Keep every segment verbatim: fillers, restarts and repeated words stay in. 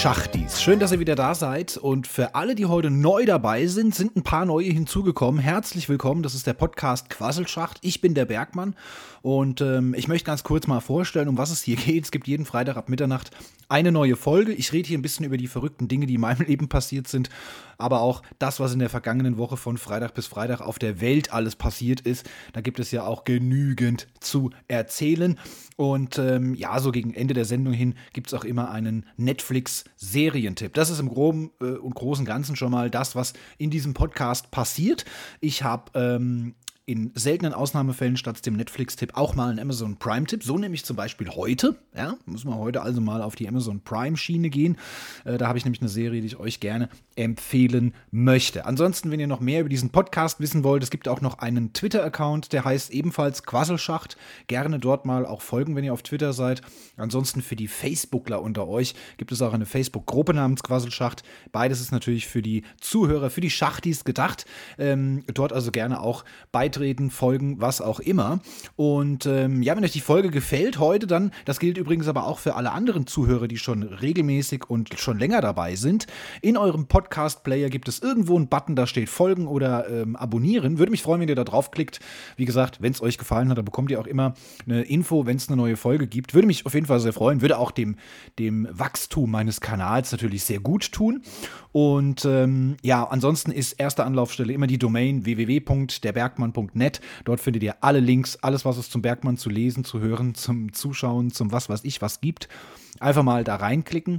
Schachtis. Schön, dass ihr wieder da seid. Und für alle, die heute neu dabei sind, sind ein paar neue hinzugekommen. Herzlich willkommen, das ist der Podcast Quasselschacht. Ich bin der Bergmann und ähm, ich möchte ganz kurz mal vorstellen, um was es hier geht. Es gibt jeden Freitag ab Mitternacht eine neue Folge. Ich rede hier ein bisschen über die verrückten Dinge, die in meinem Leben passiert sind, aber auch das, was in der vergangenen Woche von Freitag bis Freitag auf der Welt alles passiert ist. Da gibt es ja auch genügend zu erzählen. Und ähm, ja, so gegen Ende der Sendung hin gibt es auch immer einen Netflix-Serientipp. Das ist im Groben äh, und Großen und Ganzen schon mal das, was in diesem Podcast passiert. Ich habe ähm, in seltenen Ausnahmefällen statt dem Netflix-Tipp auch mal einen Amazon Prime-Tipp. So nämlich zum Beispiel heute. Ja, müssen wir heute also mal auf die Amazon Prime-Schiene gehen. Äh, da habe ich nämlich eine Serie, die ich euch gerne empfehlen möchte. Ansonsten, wenn ihr noch mehr über diesen Podcast wissen wollt, es gibt auch noch einen Twitter-Account, der heißt ebenfalls Quasselschacht. Gerne dort mal auch folgen, wenn ihr auf Twitter seid. Ansonsten für die Facebookler unter euch gibt es auch eine Facebook-Gruppe namens Quasselschacht. Beides ist natürlich für die Zuhörer, für die Schachtis gedacht. Ähm, dort also gerne auch beitreten. Treten, folgen, was auch immer. Und ähm, ja, wenn euch die Folge gefällt heute, dann, das gilt übrigens aber auch für alle anderen Zuhörer, die schon regelmäßig und schon länger dabei sind. In eurem Podcast-Player gibt es irgendwo einen Button, da steht folgen oder ähm, abonnieren. Würde mich freuen, wenn ihr da draufklickt. Wie gesagt, wenn es euch gefallen hat, dann bekommt ihr auch immer eine Info, wenn es eine neue Folge gibt. Würde mich auf jeden Fall sehr freuen. Würde auch dem, dem Wachstum meines Kanals natürlich sehr gut tun. Und ähm, ja, ansonsten ist erste Anlaufstelle immer die Domain w w w punkt der bergmann punkt net. Dort findet ihr alle Links, alles, was es zum Bergmann zu lesen, zu hören, zum Zuschauen, zum was weiß ich was gibt. Einfach mal da reinklicken.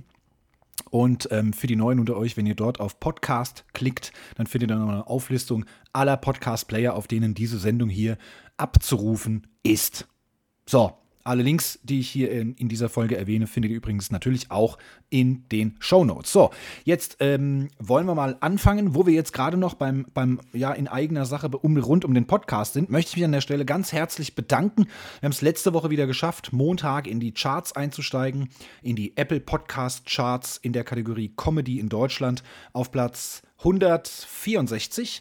Und ähm, für die Neuen unter euch, wenn ihr dort auf Podcast klickt, dann findet ihr noch eine Auflistung aller Podcast-Player, auf denen diese Sendung hier abzurufen ist. So. Alle Links, die ich hier in, in dieser Folge erwähne, findet ihr übrigens natürlich auch in den Shownotes. So, jetzt ähm, wollen wir mal anfangen, wo wir jetzt gerade noch beim, beim ja, in eigener Sache um, rund um den Podcast sind, möchte ich mich an der Stelle ganz herzlich bedanken. Wir haben es letzte Woche wieder geschafft, Montag in die Charts einzusteigen, in die Apple Podcast Charts in der Kategorie Comedy in Deutschland auf Platz hundertvierundsechzig.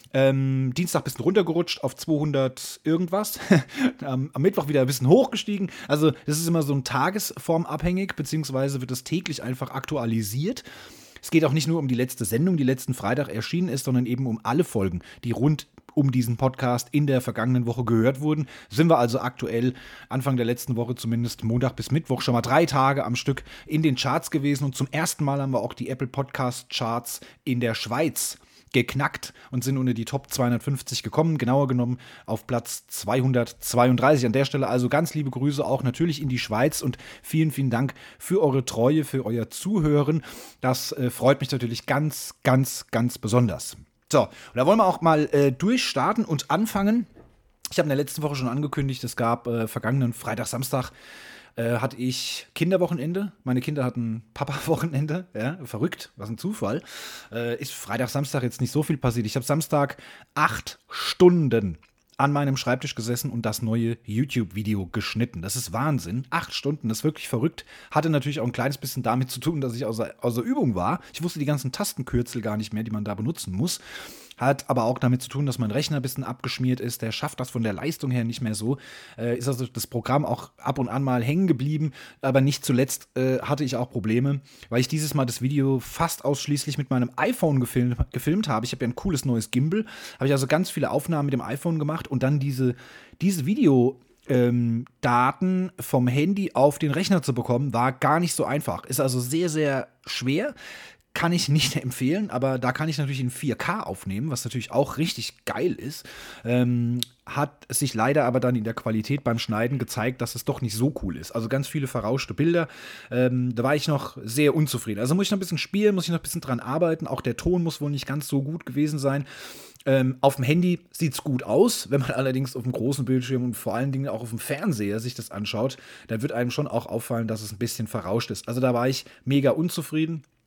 Ähm, Dienstag ein bisschen runtergerutscht auf zweihundert irgendwas. am, am Mittwoch wieder ein bisschen hochgestiegen. Also das ist immer so ein tagesformabhängig, beziehungsweise wird es täglich einfach aktualisiert. Es geht auch nicht nur um die letzte Sendung, die letzten Freitag erschienen ist, sondern eben um alle Folgen, die rund um diesen Podcast in der vergangenen Woche gehört wurden. Sind wir also aktuell Anfang der letzten Woche zumindest Montag bis Mittwoch schon mal drei Tage am Stück in den Charts gewesen. Und zum ersten Mal haben wir auch die Apple Podcast Charts in der Schweiz geknackt und sind unter die Top zweihundertfünfzig gekommen, genauer genommen auf Platz zweihundertzweiunddreißig. An der Stelle also ganz liebe Grüße auch natürlich in die Schweiz und vielen, vielen Dank für eure Treue, für euer Zuhören. Das äh, freut mich natürlich ganz, ganz, ganz besonders. So, und da wollen wir auch mal äh, durchstarten und anfangen. Ich habe in der letzten Woche schon angekündigt, es gab äh, vergangenen Freitag, Samstag Äh, hatte ich Kinderwochenende. Meine Kinder hatten Papa-Wochenende. Ja, verrückt, was ein Zufall. Äh, ist Freitag, Samstag jetzt nicht so viel passiert. Ich habe Samstag acht Stunden an meinem Schreibtisch gesessen und das neue YouTube-Video geschnitten. Das ist Wahnsinn. Acht Stunden, das ist wirklich verrückt. Hatte natürlich auch ein kleines bisschen damit zu tun, dass ich außer, außer Übung war. Ich wusste die ganzen Tastenkürzel gar nicht mehr, die man da benutzen muss. Hat aber auch damit zu tun, dass mein Rechner ein bisschen abgeschmiert ist. Der schafft das von der Leistung her nicht mehr so. Äh, ist also das Programm auch ab und an mal hängen geblieben. Aber nicht zuletzt äh, hatte ich auch Probleme, weil ich dieses Mal das Video fast ausschließlich mit meinem iPhone gefilmt, gefilmt habe. Ich habe ja ein cooles neues Gimbal. Habe ich also ganz viele Aufnahmen mit dem iPhone gemacht und dann diese, diese Video Ähm, Daten vom Handy auf den Rechner zu bekommen, war gar nicht so einfach. Ist also sehr, sehr schwer. Kann ich nicht empfehlen, aber da kann ich natürlich in vier K aufnehmen, was natürlich auch richtig geil ist. Ähm, hat sich leider aber dann in der Qualität beim Schneiden gezeigt, dass es doch nicht so cool ist. Also ganz viele verrauschte Bilder. Ähm, da war ich noch sehr unzufrieden. Also muss ich noch ein bisschen spielen, muss ich noch ein bisschen dran arbeiten. Auch der Ton muss wohl nicht ganz so gut gewesen sein. Ähm, auf dem Handy sieht es gut aus, wenn man allerdings auf dem großen Bildschirm und vor allen Dingen auch auf dem Fernseher sich das anschaut, dann wird einem schon auch auffallen, dass es ein bisschen verrauscht ist. Also da war ich mega unzufrieden.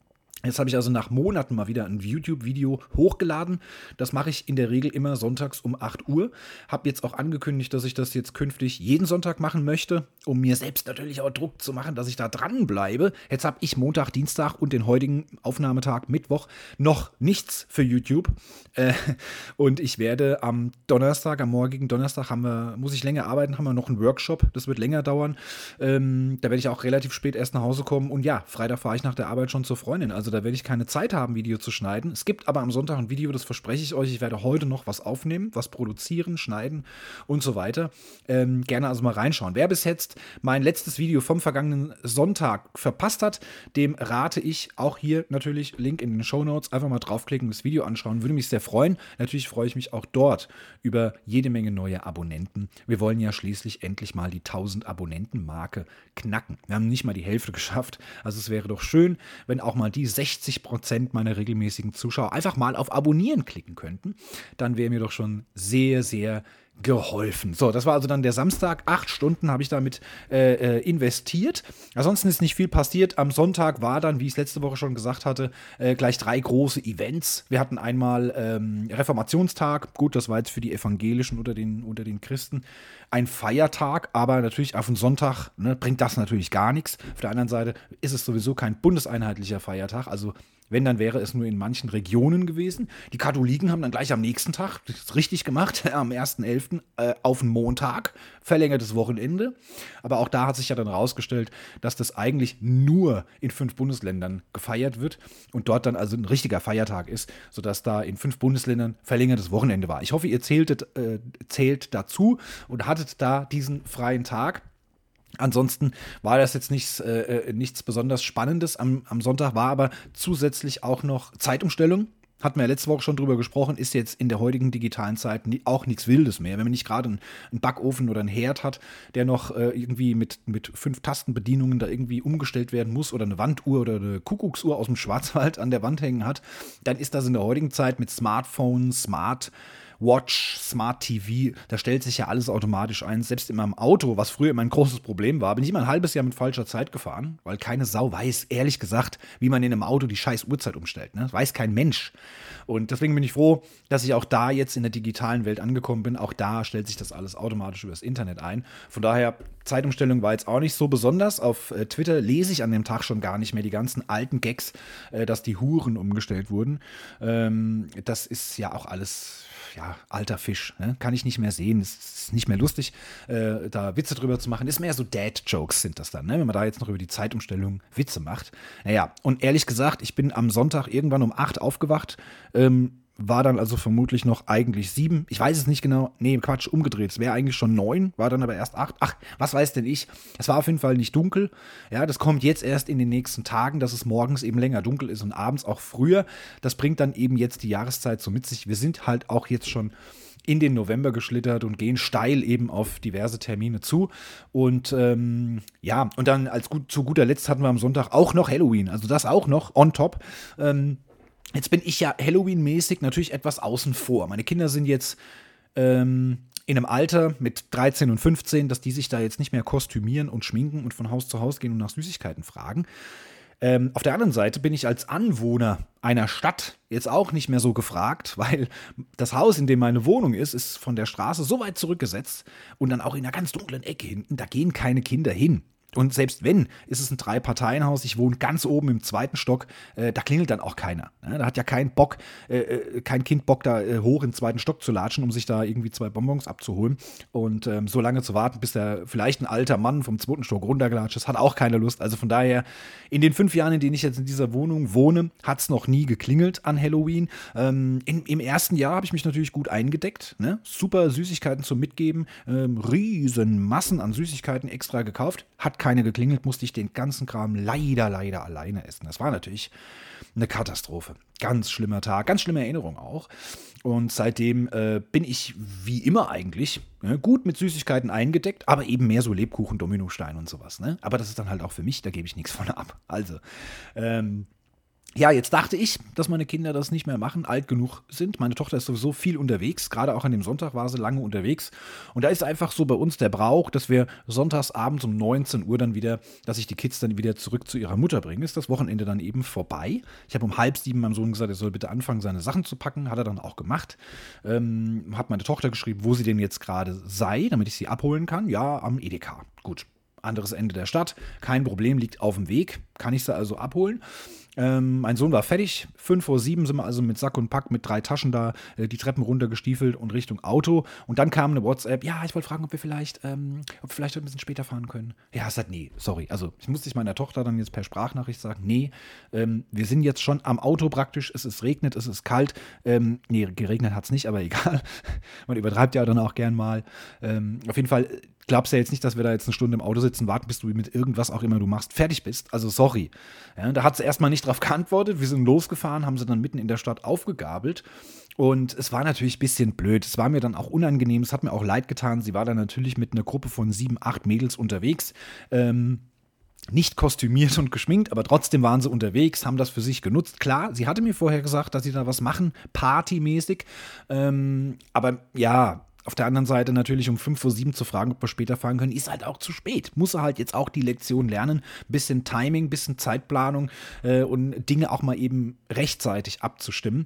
Jetzt habe ich also nach Monaten mal wieder ein YouTube-Video hochgeladen. Das mache ich in der Regel immer sonntags um acht Uhr. Habe jetzt auch angekündigt, dass ich das jetzt künftig jeden Sonntag machen möchte, um mir selbst natürlich auch Druck zu machen, dass ich da dranbleibe. Jetzt habe ich Montag, Dienstag und den heutigen Aufnahmetag Mittwoch noch nichts für YouTube. Äh, und ich werde am Donnerstag, am morgigen Donnerstag, haben wir, muss ich länger arbeiten, haben wir noch einen Workshop. Das wird länger dauern. Ähm, da werde ich auch relativ spät erst nach Hause kommen. Und ja, Freitag fahre ich nach der Arbeit schon zur Freundin. Also da werde ich keine Zeit haben, Video zu schneiden. Es gibt aber am Sonntag ein Video, das verspreche ich euch. Ich werde heute noch was aufnehmen, was produzieren, schneiden und so weiter. Ähm, gerne also mal reinschauen. Wer bis jetzt mein letztes Video vom vergangenen Sonntag verpasst hat, dem rate ich auch hier natürlich, Link in den Shownotes, einfach mal draufklicken, das Video anschauen. Würde mich sehr freuen. Natürlich freue ich mich auch dort über jede Menge neue Abonnenten. Wir wollen ja schließlich endlich mal die tausend Abonnenten-Marke knacken. Wir haben nicht mal die Hälfte geschafft. Also es wäre doch schön, wenn auch mal die sechzig Prozent meiner regelmäßigen Zuschauer einfach mal auf Abonnieren klicken könnten. Dann wäre mir doch schon sehr, sehr geholfen. So, das war also dann der Samstag. Acht Stunden habe ich damit äh, investiert. Ansonsten ist nicht viel passiert. Am Sonntag war dann, wie ich es letzte Woche schon gesagt hatte, äh, gleich drei große Events. Wir hatten einmal ähm, Reformationstag. Gut, das war jetzt für die Evangelischen unter den, unter den Christen ein Feiertag, aber natürlich auf den Sonntag, ne, bringt das natürlich gar nichts. Auf der anderen Seite ist es sowieso kein bundeseinheitlicher Feiertag, also wenn, dann wäre es nur in manchen Regionen gewesen. Die Katholiken haben dann gleich am nächsten Tag, das ist richtig gemacht, am ersten elften äh, auf den Montag, verlängertes Wochenende. Aber auch da hat sich ja dann rausgestellt, dass das eigentlich nur in fünf Bundesländern gefeiert wird und dort dann also ein richtiger Feiertag ist, sodass da in fünf Bundesländern verlängertes Wochenende war. Ich hoffe, ihr zähltet, äh, zählt dazu und hattet da diesen freien Tag. Ansonsten war das jetzt nichts, äh, nichts besonders Spannendes. Am, am Sonntag war aber zusätzlich auch noch Zeitumstellung. Hatten wir ja letzte Woche schon drüber gesprochen, ist jetzt in der heutigen digitalen Zeit nie, auch nichts Wildes mehr. Wenn man nicht gerade einen, einen Backofen oder einen Herd hat, der noch äh, irgendwie mit, mit fünf Tastenbedienungen da irgendwie umgestellt werden muss oder eine Wanduhr oder eine Kuckucksuhr aus dem Schwarzwald an der Wand hängen hat, dann ist das in der heutigen Zeit mit Smartphones, Smart Watch, Smart T V, da stellt sich ja alles automatisch ein. Selbst in meinem Auto, was früher immer ein großes Problem war, bin ich immer ein halbes Jahr mit falscher Zeit gefahren, weil keine Sau weiß, ehrlich gesagt, wie man in einem Auto die scheiß Uhrzeit umstellt. Ne? Das weiß kein Mensch. Und deswegen bin ich froh, dass ich auch da jetzt in der digitalen Welt angekommen bin. Auch da stellt sich das alles automatisch übers Internet ein. Von daher, Zeitumstellung war jetzt auch nicht so besonders. Auf äh, Twitter lese ich an dem Tag schon gar nicht mehr die ganzen alten Gags, äh, dass die Huren umgestellt wurden. Ähm, das ist ja auch alles... ja, alter Fisch, ne? Kann ich nicht mehr sehen, es ist nicht mehr lustig, äh, da Witze drüber zu machen, ist mehr so Dad-Jokes sind das dann, ne? Wenn man da jetzt noch über die Zeitumstellung Witze macht. Naja, und ehrlich gesagt, ich bin am Sonntag irgendwann um acht aufgewacht, ähm, war dann also vermutlich noch eigentlich sieben. Ich weiß es nicht genau. Nee, Quatsch, umgedreht. Es wäre eigentlich schon neun, war dann aber erst acht. Ach, was weiß denn ich? Es war auf jeden Fall nicht dunkel. Ja, das kommt jetzt erst in den nächsten Tagen, dass es morgens eben länger dunkel ist und abends auch früher. Das bringt dann eben jetzt die Jahreszeit so mit sich. Wir sind halt auch jetzt schon in den November geschlittert und gehen steil eben auf diverse Termine zu. Und ähm, ja, und dann als gut, zu guter Letzt hatten wir am Sonntag auch noch Halloween. Also das auch noch on top. Ähm, Jetzt bin ich ja Halloween-mäßig natürlich etwas außen vor. Meine Kinder sind jetzt ähm, in einem Alter mit dreizehn und fünfzehn, dass die sich da jetzt nicht mehr kostümieren und schminken und von Haus zu Haus gehen und nach Süßigkeiten fragen. Ähm, auf der anderen Seite bin ich als Anwohner einer Stadt jetzt auch nicht mehr so gefragt, weil das Haus, in dem meine Wohnung ist, ist von der Straße so weit zurückgesetzt und dann auch in einer ganz dunklen Ecke hinten, da gehen keine Kinder hin. Und selbst wenn, ist es ein Drei-Parteien-Haus, ich wohne ganz oben im zweiten Stock, äh, da klingelt dann auch keiner. Ne? Da hat ja kein Bock, äh, kein Kind Bock, da äh, hoch in den zweiten Stock zu latschen, um sich da irgendwie zwei Bonbons abzuholen. Und ähm, so lange zu warten, bis da vielleicht ein alter Mann vom zweiten Stock runtergelatscht ist, hat auch keine Lust. Also von daher, in den fünf Jahren, in denen ich jetzt in dieser Wohnung wohne, hat es noch nie geklingelt an Halloween. Ähm, in, Im ersten Jahr habe ich mich natürlich gut eingedeckt. Ne? Super Süßigkeiten zum Mitgeben, ähm, riesen Massen an Süßigkeiten extra gekauft. Hat keine geklingelt, musste ich den ganzen Kram leider, leider alleine essen. Das war natürlich eine Katastrophe. Ganz schlimmer Tag, ganz schlimme Erinnerung auch. Und seitdem äh, bin ich wie immer eigentlich ne, gut mit Süßigkeiten eingedeckt, aber eben mehr so Lebkuchen, Dominostein und sowas. Ne? Aber das ist dann halt auch für mich, da gebe ich nichts von ab. Also, ähm, Ja, jetzt dachte ich, dass meine Kinder das nicht mehr machen, alt genug sind. Meine Tochter ist sowieso viel unterwegs. Gerade auch an dem Sonntag war sie lange unterwegs. Und da ist einfach so bei uns der Brauch, dass wir sonntags abends um neunzehn Uhr dann wieder, dass ich die Kids dann wieder zurück zu ihrer Mutter bringe. Ist das Wochenende dann eben vorbei. Ich habe um halb sieben meinem Sohn gesagt, er soll bitte anfangen, seine Sachen zu packen. Hat er dann auch gemacht. Ähm, hat meine Tochter geschrieben, wo sie denn jetzt gerade sei, damit ich sie abholen kann. Ja, am Edeka. Gut. Anderes Ende der Stadt. Kein Problem, liegt auf dem Weg. Kann ich sie also abholen. Ähm, mein Sohn war fertig. Fünf vor sieben sind wir also mit Sack und Pack, mit drei Taschen da, äh, die Treppen runtergestiefelt und Richtung Auto. Und dann kam eine WhatsApp. Ja, ich wollte fragen, ob wir vielleicht, ähm, ob wir vielleicht ein bisschen später fahren können. Ja, es hat nee, sorry. Also ich musste meiner Tochter dann jetzt per Sprachnachricht sagen, nee, ähm, wir sind jetzt schon am Auto praktisch. Es ist regnet, es ist kalt. Ähm, nee, geregnet hat es nicht, aber egal. Man übertreibt ja dann auch gern mal. Ähm, auf jeden Fall glaubst ja jetzt nicht, dass wir da jetzt eine Stunde im Auto sitzen, warten, bis du mit irgendwas auch immer du machst, fertig bist. Also sorry. Ja, da hat sie erstmal nicht drauf geantwortet. Wir sind losgefahren, haben sie dann mitten in der Stadt aufgegabelt. Und es war natürlich ein bisschen blöd. Es war mir dann auch unangenehm. Es hat mir auch leid getan. Sie war dann natürlich mit einer Gruppe von sieben, acht Mädels unterwegs. Ähm, Nicht kostümiert und geschminkt, aber trotzdem waren sie unterwegs, haben das für sich genutzt. Klar, sie hatte mir vorher gesagt, dass sie da was machen, partymäßig. Ähm, aber ja, auf der anderen Seite natürlich um fünf vor sieben zu fragen, ob wir später fahren können, ist halt auch zu spät. Muss er halt jetzt auch die Lektion lernen. Bisschen Timing, bisschen Zeitplanung äh, und Dinge auch mal eben rechtzeitig abzustimmen.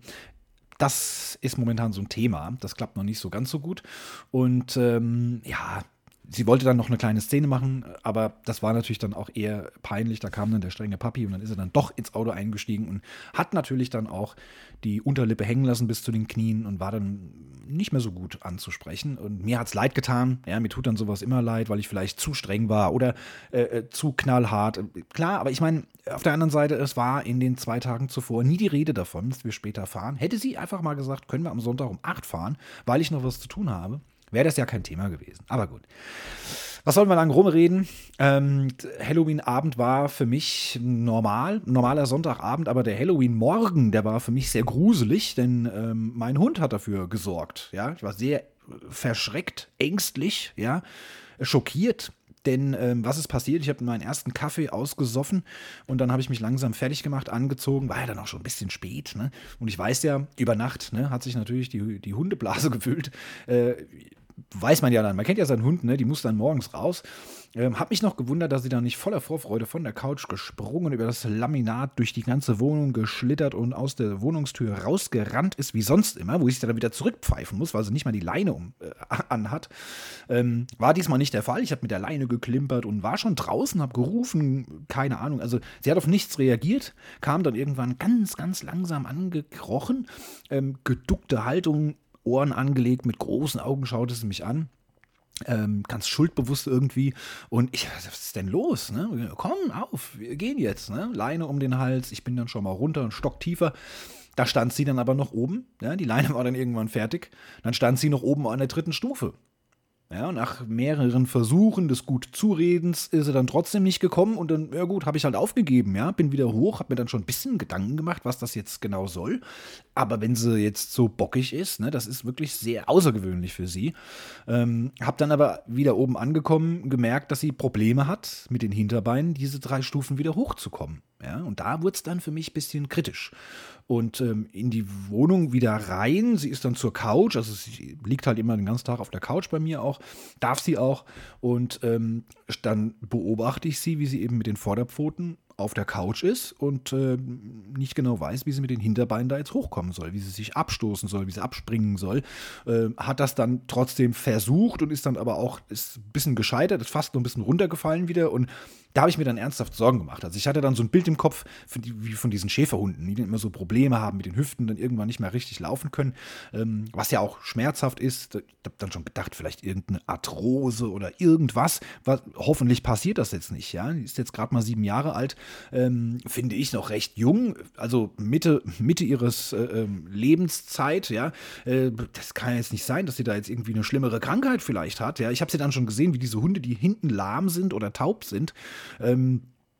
Das ist momentan so ein Thema. Das klappt noch nicht so ganz so gut. Und ähm, ja, sie wollte dann noch eine kleine Szene machen, aber das war natürlich dann auch eher peinlich. Da kam dann der strenge Papi und dann ist er dann doch ins Auto eingestiegen und hat natürlich dann auch die Unterlippe hängen lassen bis zu den Knien und war dann nicht mehr so gut anzusprechen. Und mir hat es leid getan. Ja, mir tut dann sowas immer leid, weil ich vielleicht zu streng war oder äh, zu knallhart. Klar, aber ich meine, auf der anderen Seite, es war in den zwei Tagen zuvor nie die Rede davon, dass wir später fahren. Hätte sie einfach mal gesagt, können wir am Sonntag um acht fahren, weil ich noch was zu tun habe, wäre das ja kein Thema gewesen. Aber gut. Was sollen wir lang rumreden? Ähm, Halloween-Abend war für mich normal, normaler Sonntagabend, aber der Halloween-Morgen, der war für mich sehr gruselig, denn ähm, mein Hund hat dafür gesorgt. Ja? Ich war sehr verschreckt, ängstlich, ja, schockiert. Denn ähm, was ist passiert? Ich habe meinen ersten Kaffee ausgesoffen und dann habe ich mich langsam fertig gemacht, angezogen. War ja dann auch schon ein bisschen spät. Ne? Und ich weiß ja, über Nacht ne, hat sich natürlich die, die Hundeblase gefüllt. Äh, weiß man ja dann. Man kennt ja seinen Hund, ne? Die muss dann morgens raus. Ähm, hab mich noch gewundert, dass sie dann nicht voller Vorfreude von der Couch gesprungen, über das Laminat durch die ganze Wohnung geschlittert und aus der Wohnungstür rausgerannt ist, wie sonst immer, wo ich sie dann wieder zurückpfeifen muss, weil sie nicht mal die Leine um, äh, anhat. Ähm, war diesmal nicht der Fall. Ich habe mit der Leine geklimpert und war schon draußen, habe gerufen, keine Ahnung. Also sie hat auf nichts reagiert, kam dann irgendwann ganz, ganz langsam angekrochen, ähm, geduckte Haltung, Ohren angelegt, mit großen Augen schaute sie mich an. Ähm, ganz schuldbewusst irgendwie. Und ich, was ist denn los? Ne? Komm auf, wir gehen jetzt. Ne? Leine um den Hals. Ich bin dann schon mal runter, einen Stock tiefer. Da stand sie dann aber noch oben. Ja? Die Leine war dann irgendwann fertig. Dann stand sie noch oben an der dritten Stufe. Ja, nach mehreren Versuchen des Gut-Zuredens ist er dann trotzdem nicht gekommen und dann, ja gut, habe ich halt aufgegeben, ja, bin wieder hoch, habe mir dann schon ein bisschen Gedanken gemacht, was das jetzt genau soll, aber wenn sie jetzt so bockig ist, ne, das ist wirklich sehr außergewöhnlich für sie, ähm, habe dann aber wieder oben angekommen, gemerkt, dass sie Probleme hat, mit den Hinterbeinen diese drei Stufen wieder hochzukommen, ja, und da wurde es dann für mich ein bisschen kritisch. Und ähm, in die Wohnung wieder rein. Sie ist dann zur Couch, also sie liegt halt immer den ganzen Tag auf der Couch bei mir auch, darf sie auch. Und ähm, dann beobachte ich sie, wie sie eben mit den Vorderpfoten auf der Couch ist und äh, nicht genau weiß, wie sie mit den Hinterbeinen da jetzt hochkommen soll, wie sie sich abstoßen soll, wie sie abspringen soll. Äh, hat das dann trotzdem versucht und ist dann aber auch ist ein bisschen gescheitert, ist fast noch ein bisschen runtergefallen wieder und da habe ich mir dann ernsthaft Sorgen gemacht. Also ich hatte dann so ein Bild im Kopf von die, wie von diesen Schäferhunden, die dann immer so Probleme haben mit den Hüften, dann irgendwann nicht mehr richtig laufen können, ähm, was ja auch schmerzhaft ist. Ich habe dann schon gedacht, vielleicht irgendeine Arthrose oder irgendwas. Was, hoffentlich passiert das jetzt nicht. Ja? Die ist jetzt gerade mal sieben Jahre alt, ähm, finde ich noch recht jung, also Mitte, Mitte ihres äh, Lebenszeit. Ja? Äh, das kann jetzt nicht sein, dass sie da jetzt irgendwie eine schlimmere Krankheit vielleicht hat. Ja? Ich habe sie dann schon gesehen, wie diese Hunde, die hinten lahm sind oder taub sind, Ähm,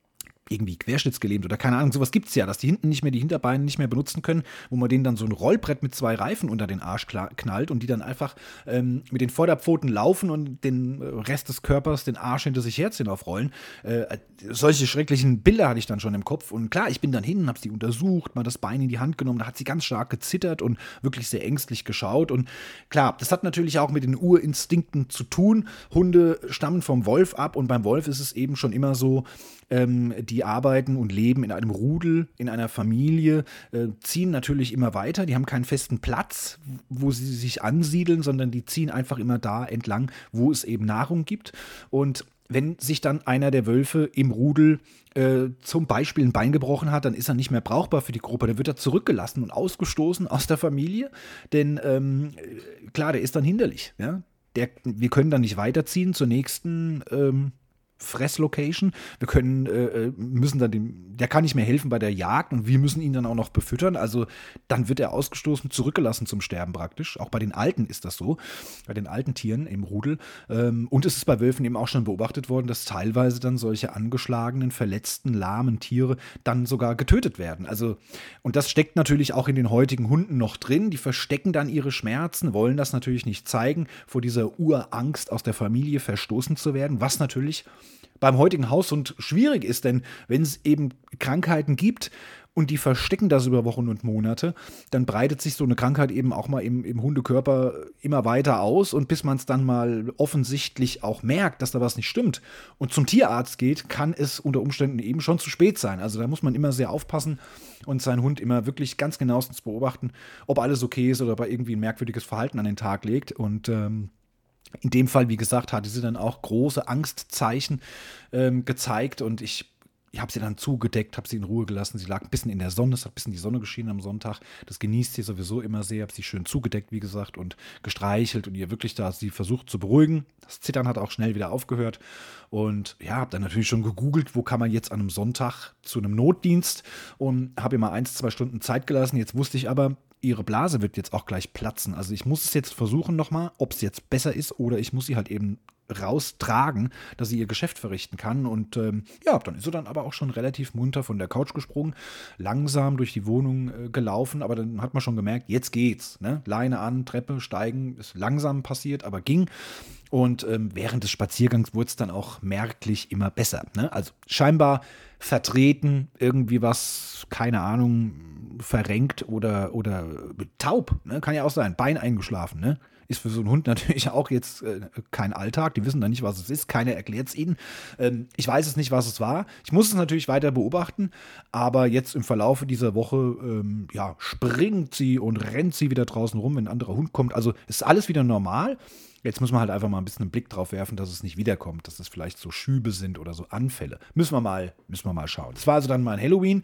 irgendwie querschnittsgelähmt oder keine Ahnung, sowas gibt's ja, dass die hinten nicht mehr die Hinterbeine nicht mehr benutzen können, wo man denen dann so ein Rollbrett mit zwei Reifen unter den Arsch knallt und die dann einfach ähm, mit den Vorderpfoten laufen und den Rest des Körpers den Arsch hinter sich herziehen aufrollen. Äh, solche schrecklichen Bilder hatte ich dann schon im Kopf und klar, ich bin dann hin, habe sie untersucht, mal das Bein in die Hand genommen, da hat sie ganz stark gezittert und wirklich sehr ängstlich geschaut und klar, das hat natürlich auch mit den Urinstinkten zu tun. Hunde stammen vom Wolf ab und beim Wolf ist es eben schon immer so, ähm, die arbeiten und leben in einem Rudel, in einer Familie, äh, ziehen natürlich immer weiter. Die haben keinen festen Platz, wo sie sich ansiedeln, sondern die ziehen einfach immer da entlang, wo es eben Nahrung gibt. Und wenn sich dann einer der Wölfe im Rudel äh, zum Beispiel ein Bein gebrochen hat, dann ist er nicht mehr brauchbar für die Gruppe. Dann wird er zurückgelassen und ausgestoßen aus der Familie. Denn ähm, klar, der ist dann hinderlich. Ja? Der, wir können dann nicht weiterziehen zur nächsten ähm, Fresslocation. Wir können, äh, müssen dann dem, der kann nicht mehr helfen bei der Jagd und wir müssen ihn dann auch noch befüttern. Also dann wird er ausgestoßen, zurückgelassen zum Sterben praktisch. Auch bei den Alten ist das so, bei den alten Tieren im Rudel. Ähm, und es ist bei Wölfen eben auch schon beobachtet worden, dass teilweise dann solche angeschlagenen, verletzten, lahmen Tiere dann sogar getötet werden. Also, und das steckt natürlich auch in den heutigen Hunden noch drin. Die verstecken dann ihre Schmerzen, wollen das natürlich nicht zeigen, vor dieser Urangst aus der Familie verstoßen zu werden, was natürlich beim heutigen Haushund schwierig ist, denn wenn es eben Krankheiten gibt und die verstecken das über Wochen und Monate, dann breitet sich so eine Krankheit eben auch mal im, im Hundekörper immer weiter aus und bis man es dann mal offensichtlich auch merkt, dass da was nicht stimmt und zum Tierarzt geht, kann es unter Umständen eben schon zu spät sein. Also da muss man immer sehr aufpassen und seinen Hund immer wirklich ganz genauestens beobachten, ob alles okay ist oder ob er irgendwie ein merkwürdiges Verhalten an den Tag legt und ähm, in dem Fall, wie gesagt, hatte sie dann auch große Angstzeichen ähm, gezeigt und ich, ich habe sie dann zugedeckt, habe sie in Ruhe gelassen. Sie lag ein bisschen in der Sonne, es hat ein bisschen die Sonne geschienen am Sonntag. Das genießt sie sowieso immer sehr. Habe sie schön zugedeckt, wie gesagt, und gestreichelt und ihr wirklich da sie versucht zu beruhigen. Das Zittern hat auch schnell wieder aufgehört. Und ja, habe dann natürlich schon gegoogelt, wo kann man jetzt an einem Sonntag zu einem Notdienst und habe ihr mal eins, zwei Stunden Zeit gelassen. Jetzt wusste ich aber, ihre Blase wird jetzt auch gleich platzen. Also ich muss es jetzt versuchen nochmal, ob es jetzt besser ist oder ich muss sie halt eben raustragen, dass sie ihr Geschäft verrichten kann. Und ähm, ja, dann ist sie dann aber auch schon relativ munter von der Couch gesprungen, langsam durch die Wohnung äh, gelaufen, aber dann hat man schon gemerkt, jetzt geht's. Ne? Leine an, Treppe steigen, ist langsam passiert, aber ging. Und ähm, während des Spaziergangs wurde es dann auch merklich immer besser. Ne? Also scheinbar vertreten, irgendwie was, keine Ahnung, verrenkt oder, oder taub. Ne? Kann ja auch sein, Bein eingeschlafen. Ne? Ist für so einen Hund natürlich auch jetzt äh, kein Alltag. Die wissen da nicht, was es ist. Keiner erklärt es ihnen. Ähm, ich weiß es nicht, was es war. Ich muss es natürlich weiter beobachten. Aber jetzt im Verlaufe dieser Woche ähm, ja, springt sie und rennt sie wieder draußen rum, wenn ein anderer Hund kommt. Also ist alles wieder normal. Jetzt muss man halt einfach mal ein bisschen einen Blick drauf werfen, dass es nicht wiederkommt, dass es vielleicht so Schübe sind oder so Anfälle. Müssen wir mal, müssen wir mal schauen. Das war also dann mal ein Halloween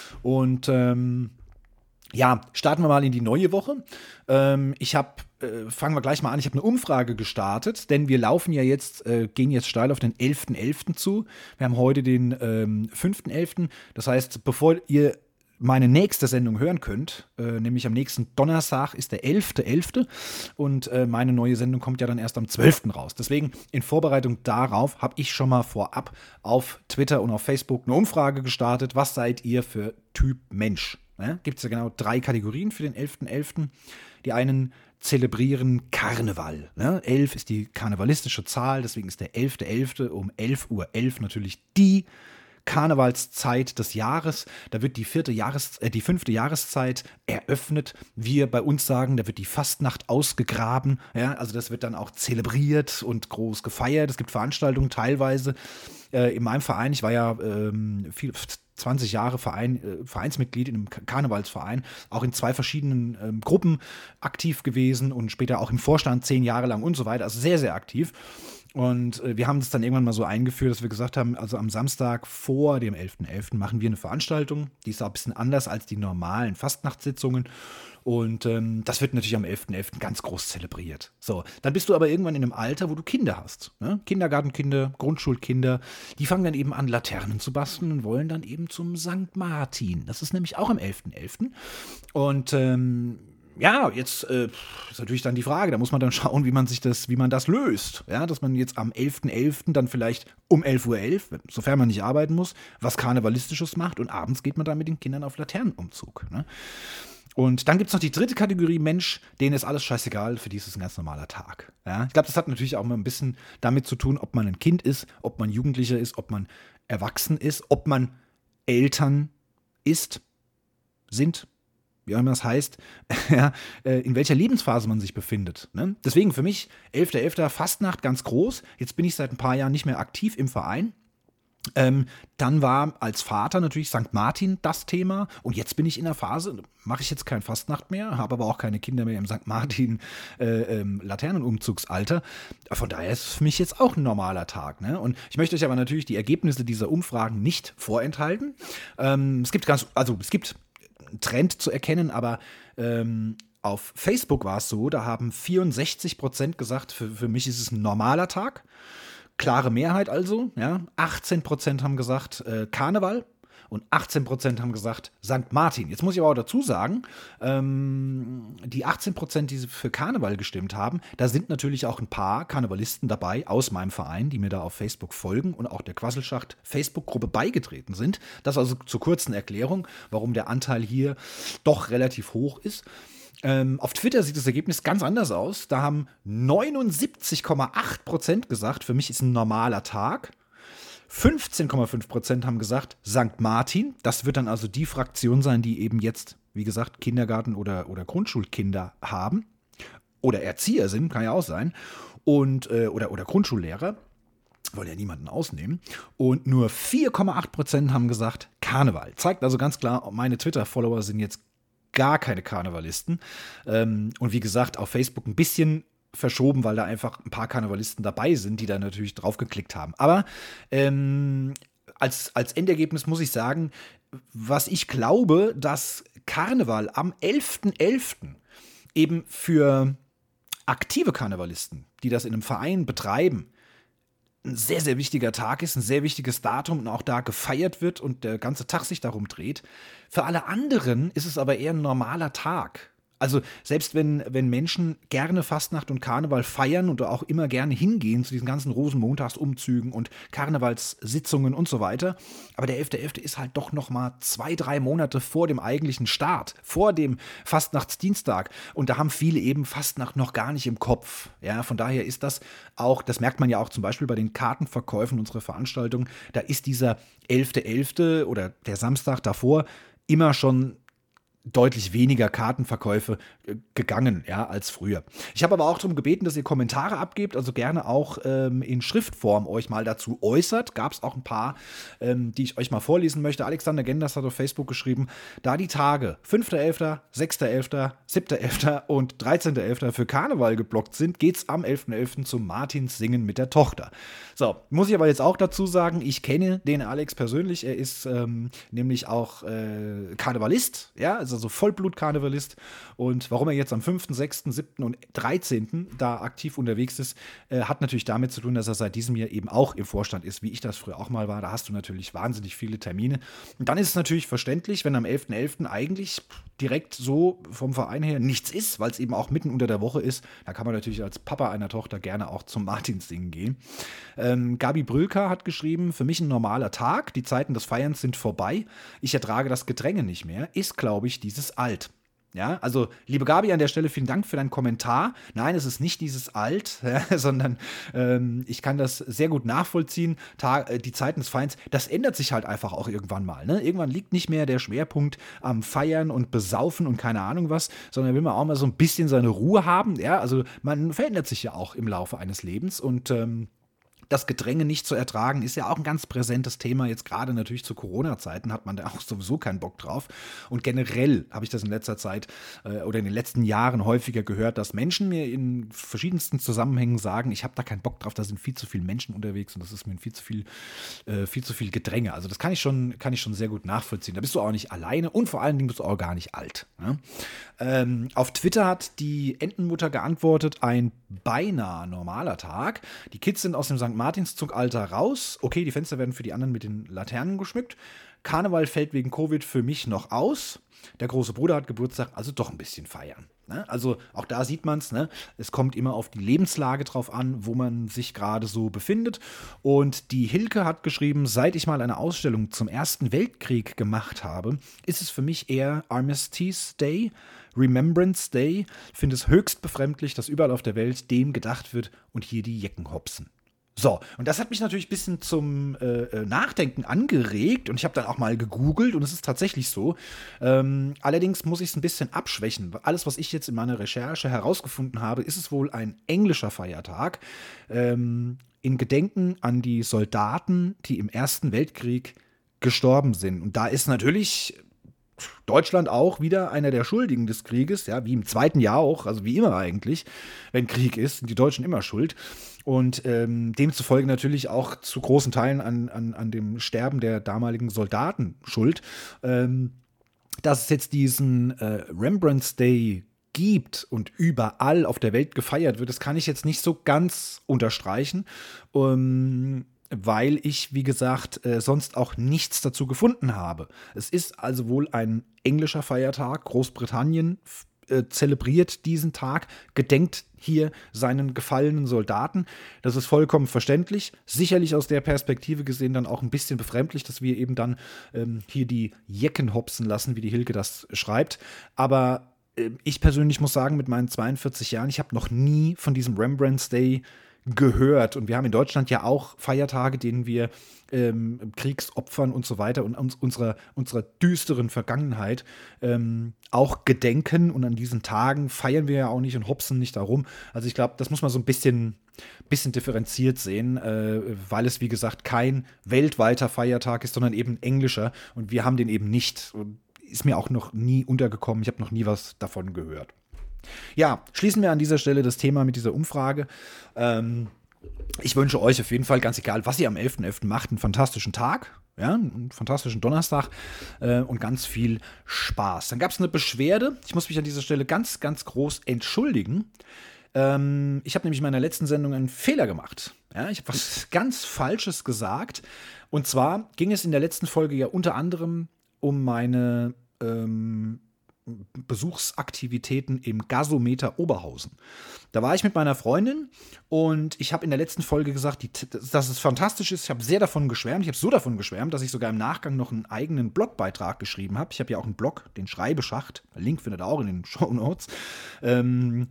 und ähm, ja, starten wir mal in die neue Woche. Ähm, ich habe, äh, fangen wir gleich mal an, ich habe eine Umfrage gestartet, denn wir laufen ja jetzt, äh, gehen jetzt steil auf den elften elften zu. Wir haben heute den ähm, fünften elften Das heißt, bevor ihr meine nächste Sendung hören könnt, äh, nämlich am nächsten Donnerstag ist der elfte elfte und äh, meine neue Sendung kommt ja dann erst am zwölften raus. Deswegen in Vorbereitung darauf habe ich schon mal vorab auf Twitter und auf Facebook eine Umfrage gestartet. Was seid ihr für Typ Mensch? Ja, gibt es ja genau drei Kategorien für den elften elften Die einen zelebrieren Karneval. Ne? elf ist die karnevalistische Zahl, deswegen ist der elfte elfte um elf Uhr elf natürlich die Karnevalszeit des Jahres. Da wird die vierte Jahres, äh, die fünfte Jahreszeit eröffnet. Wir bei uns sagen, da wird die Fastnacht ausgegraben. Ja, also das wird dann auch zelebriert und groß gefeiert. Es gibt Veranstaltungen teilweise. Äh, in meinem Verein, ich war ja ähm, viel, zwanzig Jahre Verein, äh, Vereinsmitglied in einem Karnevalsverein, auch in zwei verschiedenen ähm, Gruppen aktiv gewesen und später auch im Vorstand zehn Jahre lang und so weiter. Also sehr, sehr aktiv. Und äh, wir haben das dann irgendwann mal so eingeführt, dass wir gesagt haben, also am Samstag vor dem elften elften machen wir eine Veranstaltung. Die ist auch ein bisschen anders als die normalen Fastnachtssitzungen. Und ähm, das wird natürlich am elften elften ganz groß zelebriert. So, dann bist du aber irgendwann in einem Alter, wo du Kinder hast. Ne? Kindergartenkinder, Grundschulkinder, die fangen dann eben an, Laternen zu basteln und wollen dann eben zum Sankt Martin. Das ist nämlich auch am elften elften Und ähm, ja, jetzt äh, ist natürlich dann die Frage, da muss man dann schauen, wie man sich das, wie man das löst. Ja, dass man jetzt am elften elften dann vielleicht um elf Uhr elf, sofern man nicht arbeiten muss, was Karnevalistisches macht und abends geht man dann mit den Kindern auf Laternenumzug. Ne? Und dann gibt es noch die dritte Kategorie Mensch, denen ist alles scheißegal, für die ist es ein ganz normaler Tag. Ja? Ich glaube, das hat natürlich auch mal ein bisschen damit zu tun, ob man ein Kind ist, ob man Jugendlicher ist, ob man erwachsen ist, ob man Eltern ist, sind, wie auch immer das heißt, ja, in welcher Lebensphase man sich befindet. Ne? Deswegen für mich elfter elfter Fastnacht ganz groß. Jetzt bin ich seit ein paar Jahren nicht mehr aktiv im Verein. Ähm, dann war als Vater natürlich Sankt Martin das Thema und jetzt bin ich in der Phase, mache ich jetzt kein Fastnacht mehr, habe aber auch keine Kinder mehr im Sankt Martin äh, ähm, Laternenumzugsalter. Von daher ist es für mich jetzt auch ein normaler Tag. Ne? Und ich möchte euch aber natürlich die Ergebnisse dieser Umfragen nicht vorenthalten. Ähm, es gibt ganz, also es gibt einen Trend zu erkennen, aber ähm, auf Facebook war es so, da haben vierundsechzig Prozent gesagt, für, für mich ist es ein normaler Tag. Klare Mehrheit also, ja. achtzehn Prozent haben gesagt äh, Karneval und achtzehn Prozent haben gesagt Sankt Martin. Jetzt muss ich aber auch dazu sagen, ähm, die achtzehn Prozent, die für Karneval gestimmt haben, da sind natürlich auch ein paar Karnevalisten dabei aus meinem Verein, die mir da auf Facebook folgen und auch der Quasselschacht Facebook-Gruppe beigetreten sind. Das also zur kurzen Erklärung, warum der Anteil hier doch relativ hoch ist. Ähm, auf Twitter sieht das Ergebnis ganz anders aus. Da haben neunundsiebzig Komma acht Prozent gesagt, für mich ist ein normaler Tag. fünfzehn Komma fünf Prozent haben gesagt, Sankt Martin. Das wird dann also die Fraktion sein, die eben jetzt, wie gesagt, Kindergarten- oder, oder Grundschulkinder haben. Oder Erzieher sind, kann ja auch sein. Und, äh, oder, oder Grundschullehrer. Wollen ja niemanden ausnehmen. Und nur vier Komma acht Prozent haben gesagt, Karneval. Zeigt also ganz klar, meine Twitter-Follower sind jetzt gar keine Karnevalisten. Ähm, und wie gesagt, auf Facebook ein bisschen verschoben, weil da einfach ein paar Karnevalisten dabei sind, die da natürlich drauf geklickt haben. Aber ähm, als, als Endergebnis muss ich sagen, was ich glaube, dass Karneval am elften elften eben für aktive Karnevalisten, die das in einem Verein betreiben, ein sehr, sehr wichtiger Tag ist, ein sehr wichtiges Datum und auch da gefeiert wird und der ganze Tag sich darum dreht. Für alle anderen ist es aber eher ein normaler Tag. Also selbst wenn, wenn Menschen gerne Fastnacht und Karneval feiern und auch immer gerne hingehen zu diesen ganzen Rosenmontagsumzügen und Karnevalssitzungen und so weiter, aber der elfter elfter ist halt doch noch mal zwei, drei Monate vor dem eigentlichen Start, vor dem Fastnachtsdienstag und da haben viele eben Fastnacht noch gar nicht im Kopf. Ja, von daher ist das auch, das merkt man ja auch zum Beispiel bei den Kartenverkäufen unserer Veranstaltung, da ist dieser elfter elfter oder der Samstag davor immer schon deutlich weniger Kartenverkäufe äh, gegangen, ja, als früher. Ich habe aber auch darum gebeten, dass ihr Kommentare abgebt, also gerne auch ähm, in Schriftform euch mal dazu äußert. Gab es auch ein paar, ähm, die ich euch mal vorlesen möchte. Alexander Genders hat auf Facebook geschrieben, da die Tage fünfter elfter, sechster elfter, siebter elfter und dreizehnter elfter für Karneval geblockt sind, geht's am elften elften zum Martinssingen mit der Tochter. So, muss ich aber jetzt auch dazu sagen, ich kenne den Alex persönlich, er ist ähm, nämlich auch äh, Karnevalist, ja, also so Vollblut-Karnevalist. Und warum er jetzt am fünften, sechsten, siebten und dreizehnten da aktiv unterwegs ist, äh, hat natürlich damit zu tun, dass er seit diesem Jahr eben auch im Vorstand ist, wie ich das früher auch mal war. Da hast du natürlich wahnsinnig viele Termine. Und dann ist es natürlich verständlich, wenn am elften elften eigentlich direkt so vom Verein her nichts ist, weil es eben auch mitten unter der Woche ist. Da kann man natürlich als Papa einer Tochter gerne auch zum Martinssingen gehen. Ähm, Gabi Brülker hat geschrieben, für mich ein normaler Tag, die Zeiten des Feierns sind vorbei, ich ertrage das Gedränge nicht mehr, ist, glaube ich, dieses Alt. Ja, also liebe Gabi, an der Stelle vielen Dank für deinen Kommentar. Nein, es ist nicht dieses Alt, ja, sondern ähm, ich kann das sehr gut nachvollziehen. Tag, äh, die Zeiten des Feierns, das ändert sich halt einfach auch irgendwann mal. Ne? Irgendwann liegt nicht mehr der Schwerpunkt am Feiern und Besaufen und keine Ahnung was, sondern will man auch mal so ein bisschen seine Ruhe haben. Ja, also man verändert sich ja auch im Laufe eines Lebens und ähm, das Gedränge nicht zu ertragen, ist ja auch ein ganz präsentes Thema. Jetzt gerade natürlich zu Corona-Zeiten hat man da auch sowieso keinen Bock drauf. Und generell habe ich das in letzter Zeit äh, oder in den letzten Jahren häufiger gehört, dass Menschen mir in verschiedensten Zusammenhängen sagen, ich habe da keinen Bock drauf, da sind viel zu viele Menschen unterwegs und das ist mir viel zu viel, äh, viel zu viel Gedränge. Also das kann ich schon, kann ich schon sehr gut nachvollziehen. Da bist du auch nicht alleine und vor allen Dingen bist du auch gar nicht alt. Ne? Ähm, auf Twitter hat die Entenmutter geantwortet, ein beinahe normaler Tag. Die Kids sind aus dem Sankt Sankt Martinszug Alter raus. Okay, die Fenster werden für die anderen mit den Laternen geschmückt. Karneval fällt wegen Covid für mich noch aus. Der große Bruder hat Geburtstag, also doch ein bisschen feiern. Ne? Also auch da sieht man es, ne? Es kommt immer auf die Lebenslage drauf an, wo man sich gerade so befindet. Und die Hilke hat geschrieben, seit ich mal eine Ausstellung zum Ersten Weltkrieg gemacht habe, ist es für mich eher Armistice Day, Remembrance Day. Ich finde es höchst befremdlich, dass überall auf der Welt dem gedacht wird und hier die Jecken hopsen. So, und das hat mich natürlich ein bisschen zum äh, Nachdenken angeregt und ich habe dann auch mal gegoogelt und es ist tatsächlich so. Ähm, allerdings muss ich es ein bisschen abschwächen. Alles, was ich jetzt in meiner Recherche herausgefunden habe, ist es wohl ein englischer Feiertag ähm, in Gedenken an die Soldaten, die im Ersten Weltkrieg gestorben sind. Und da ist natürlich Deutschland auch wieder einer der Schuldigen des Krieges, ja, wie im zweiten Jahr auch, also wie immer eigentlich, wenn Krieg ist, sind die Deutschen immer schuld. Und ähm, demzufolge natürlich auch zu großen Teilen an, an, an dem Sterben der damaligen Soldaten schuld. Ähm, dass es jetzt diesen äh, Remembrance Day gibt und überall auf der Welt gefeiert wird, das kann ich jetzt nicht so ganz unterstreichen. Ähm, weil ich, wie gesagt, äh, sonst auch nichts dazu gefunden habe. Es ist also wohl ein englischer Feiertag. Großbritannien äh, zelebriert diesen Tag, gedenkt hier seinen gefallenen Soldaten. Das ist vollkommen verständlich. Sicherlich aus der Perspektive gesehen dann auch ein bisschen befremdlich, dass wir eben dann ähm, hier die Jecken hopsen lassen, wie die Hilke das schreibt. Aber äh, ich persönlich muss sagen, mit meinen zweiundvierzig Jahren, ich habe noch nie von diesem Remembrance Day gehört. Und wir haben in Deutschland ja auch Feiertage, denen wir ähm, Kriegsopfern und so weiter und uns, unserer, unserer düsteren Vergangenheit ähm, auch gedenken. Und an diesen Tagen feiern wir ja auch nicht und hopsen nicht darum. Also ich glaube, das muss man so ein bisschen, bisschen differenziert sehen, äh, weil es, wie gesagt, kein weltweiter Feiertag ist, sondern eben ein englischer. Und wir haben den eben nicht. Und ist mir auch noch nie untergekommen. Ich habe noch nie was davon gehört. Ja, schließen wir an dieser Stelle das Thema mit dieser Umfrage. Ähm, ich wünsche euch auf jeden Fall, ganz egal, was ihr am elften elften macht, einen fantastischen Tag, ja, einen fantastischen Donnerstag äh, und ganz viel Spaß. Dann gab es eine Beschwerde. Ich muss mich an dieser Stelle ganz, ganz groß entschuldigen. Ähm, ich habe nämlich in meiner letzten Sendung einen Fehler gemacht. Ja, ich habe was ganz Falsches gesagt. Und zwar ging es in der letzten Folge ja unter anderem um meine ähm, Besuchsaktivitäten im Gasometer Oberhausen. Da war ich mit meiner Freundin und ich habe in der letzten Folge gesagt, die, dass es fantastisch ist. Ich habe sehr davon geschwärmt. Ich habe so davon geschwärmt, dass ich sogar im Nachgang noch einen eigenen Blogbeitrag geschrieben habe. Ich habe ja auch einen Blog, den Schreibeschacht. Der Link findet ihr auch in den Shownotes. Ähm,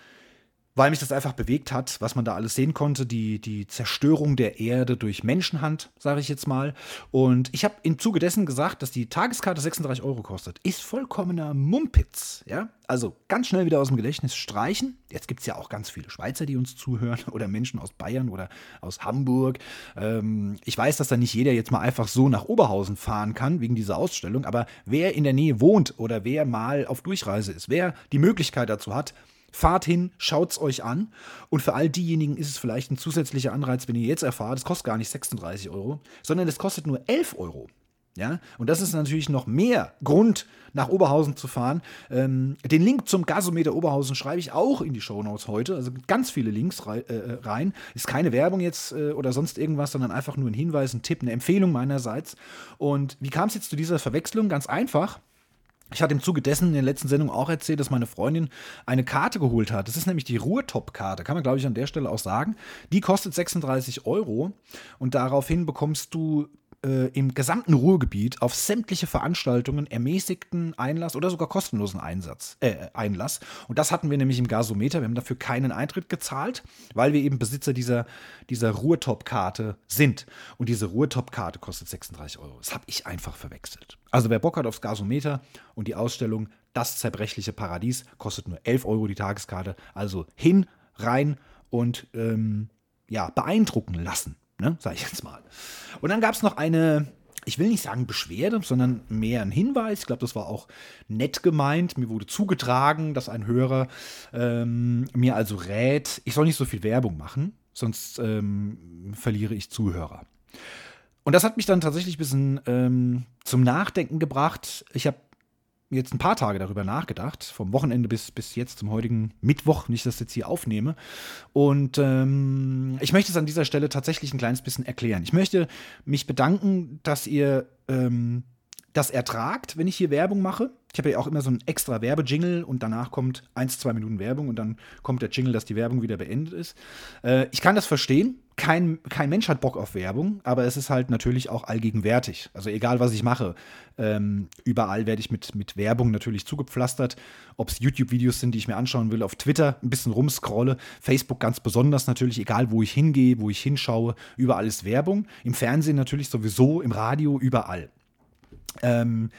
weil mich das einfach bewegt hat, was man da alles sehen konnte, die, die Zerstörung der Erde durch Menschenhand, sage ich jetzt mal. Und ich habe im Zuge dessen gesagt, dass die Tageskarte sechsunddreißig Euro kostet. Ist vollkommener Mumpitz, ja? Also ganz schnell wieder aus dem Gedächtnis streichen. Jetzt gibt es ja auch ganz viele Schweizer, die uns zuhören oder Menschen aus Bayern oder aus Hamburg. Ähm, ich weiß, dass da nicht jeder jetzt mal einfach so nach Oberhausen fahren kann wegen dieser Ausstellung, aber wer in der Nähe wohnt oder wer mal auf Durchreise ist, wer die Möglichkeit dazu hat, fahrt hin, schaut's euch an. Und für all diejenigen ist es vielleicht ein zusätzlicher Anreiz, wenn ihr jetzt erfahrt, es kostet gar nicht sechsunddreißig Euro, sondern es kostet nur elf Euro. Ja? Und das ist natürlich noch mehr Grund, nach Oberhausen zu fahren. Ähm, den Link zum Gasometer Oberhausen schreibe ich auch in die Shownotes heute. Also ganz viele Links rei- äh, rein. Ist keine Werbung jetzt äh, oder sonst irgendwas, sondern einfach nur ein Hinweis, ein Tipp, eine Empfehlung meinerseits. Und wie kam es jetzt zu dieser Verwechslung? Ganz einfach. Ich hatte im Zuge dessen in der letzten Sendung auch erzählt, dass meine Freundin eine Karte geholt hat. Das ist nämlich die Ruhrtop-Karte, kann man, glaube ich, an der Stelle auch sagen. Die kostet sechsunddreißig Euro und daraufhin bekommst du äh, im gesamten Ruhrgebiet auf sämtliche Veranstaltungen ermäßigten Einlass oder sogar kostenlosen Einsatz, äh, Einlass. Und das hatten wir nämlich im Gasometer. Wir haben dafür keinen Eintritt gezahlt, weil wir eben Besitzer dieser, dieser Ruhrtop-Karte sind. Und diese Ruhrtop-Karte kostet sechsunddreißig Euro. Das habe ich einfach verwechselt. Also wer Bock hat aufs Gasometer und die Ausstellung Das zerbrechliche Paradies, kostet nur elf Euro die Tageskarte. Also hin, rein und ähm, ja, beeindrucken lassen, ne, sag ich jetzt mal. Und dann gab es noch eine, ich will nicht sagen Beschwerde, sondern mehr ein Hinweis. Ich glaube, das war auch nett gemeint. Mir wurde zugetragen, dass ein Hörer ähm, mir also rät, ich soll nicht so viel Werbung machen, sonst ähm, verliere ich Zuhörer. Und das hat mich dann tatsächlich ein bisschen ähm, zum Nachdenken gebracht. Ich habe jetzt ein paar Tage darüber nachgedacht, vom Wochenende bis, bis jetzt zum heutigen Mittwoch, nicht, dass ich das jetzt hier aufnehme. Und ähm, ich möchte es an dieser Stelle tatsächlich ein kleines bisschen erklären. Ich möchte mich bedanken, dass ihr ähm, das ertragt, wenn ich hier Werbung mache. Ich habe ja auch immer so einen extra Werbejingle und danach kommt eins, zwei Minuten Werbung und dann kommt der Jingle, dass die Werbung wieder beendet ist. Äh, ich kann das verstehen. Kein, kein Mensch hat Bock auf Werbung, aber es ist halt natürlich auch allgegenwärtig. Also egal, was ich mache, ähm, überall werde ich mit, mit Werbung natürlich zugepflastert. Ob es YouTube-Videos sind, die ich mir anschauen will, auf Twitter ein bisschen rumscrolle, Facebook ganz besonders natürlich, egal wo ich hingehe, wo ich hinschaue, überall ist Werbung. Im Fernsehen natürlich sowieso, im Radio, überall. Ähm,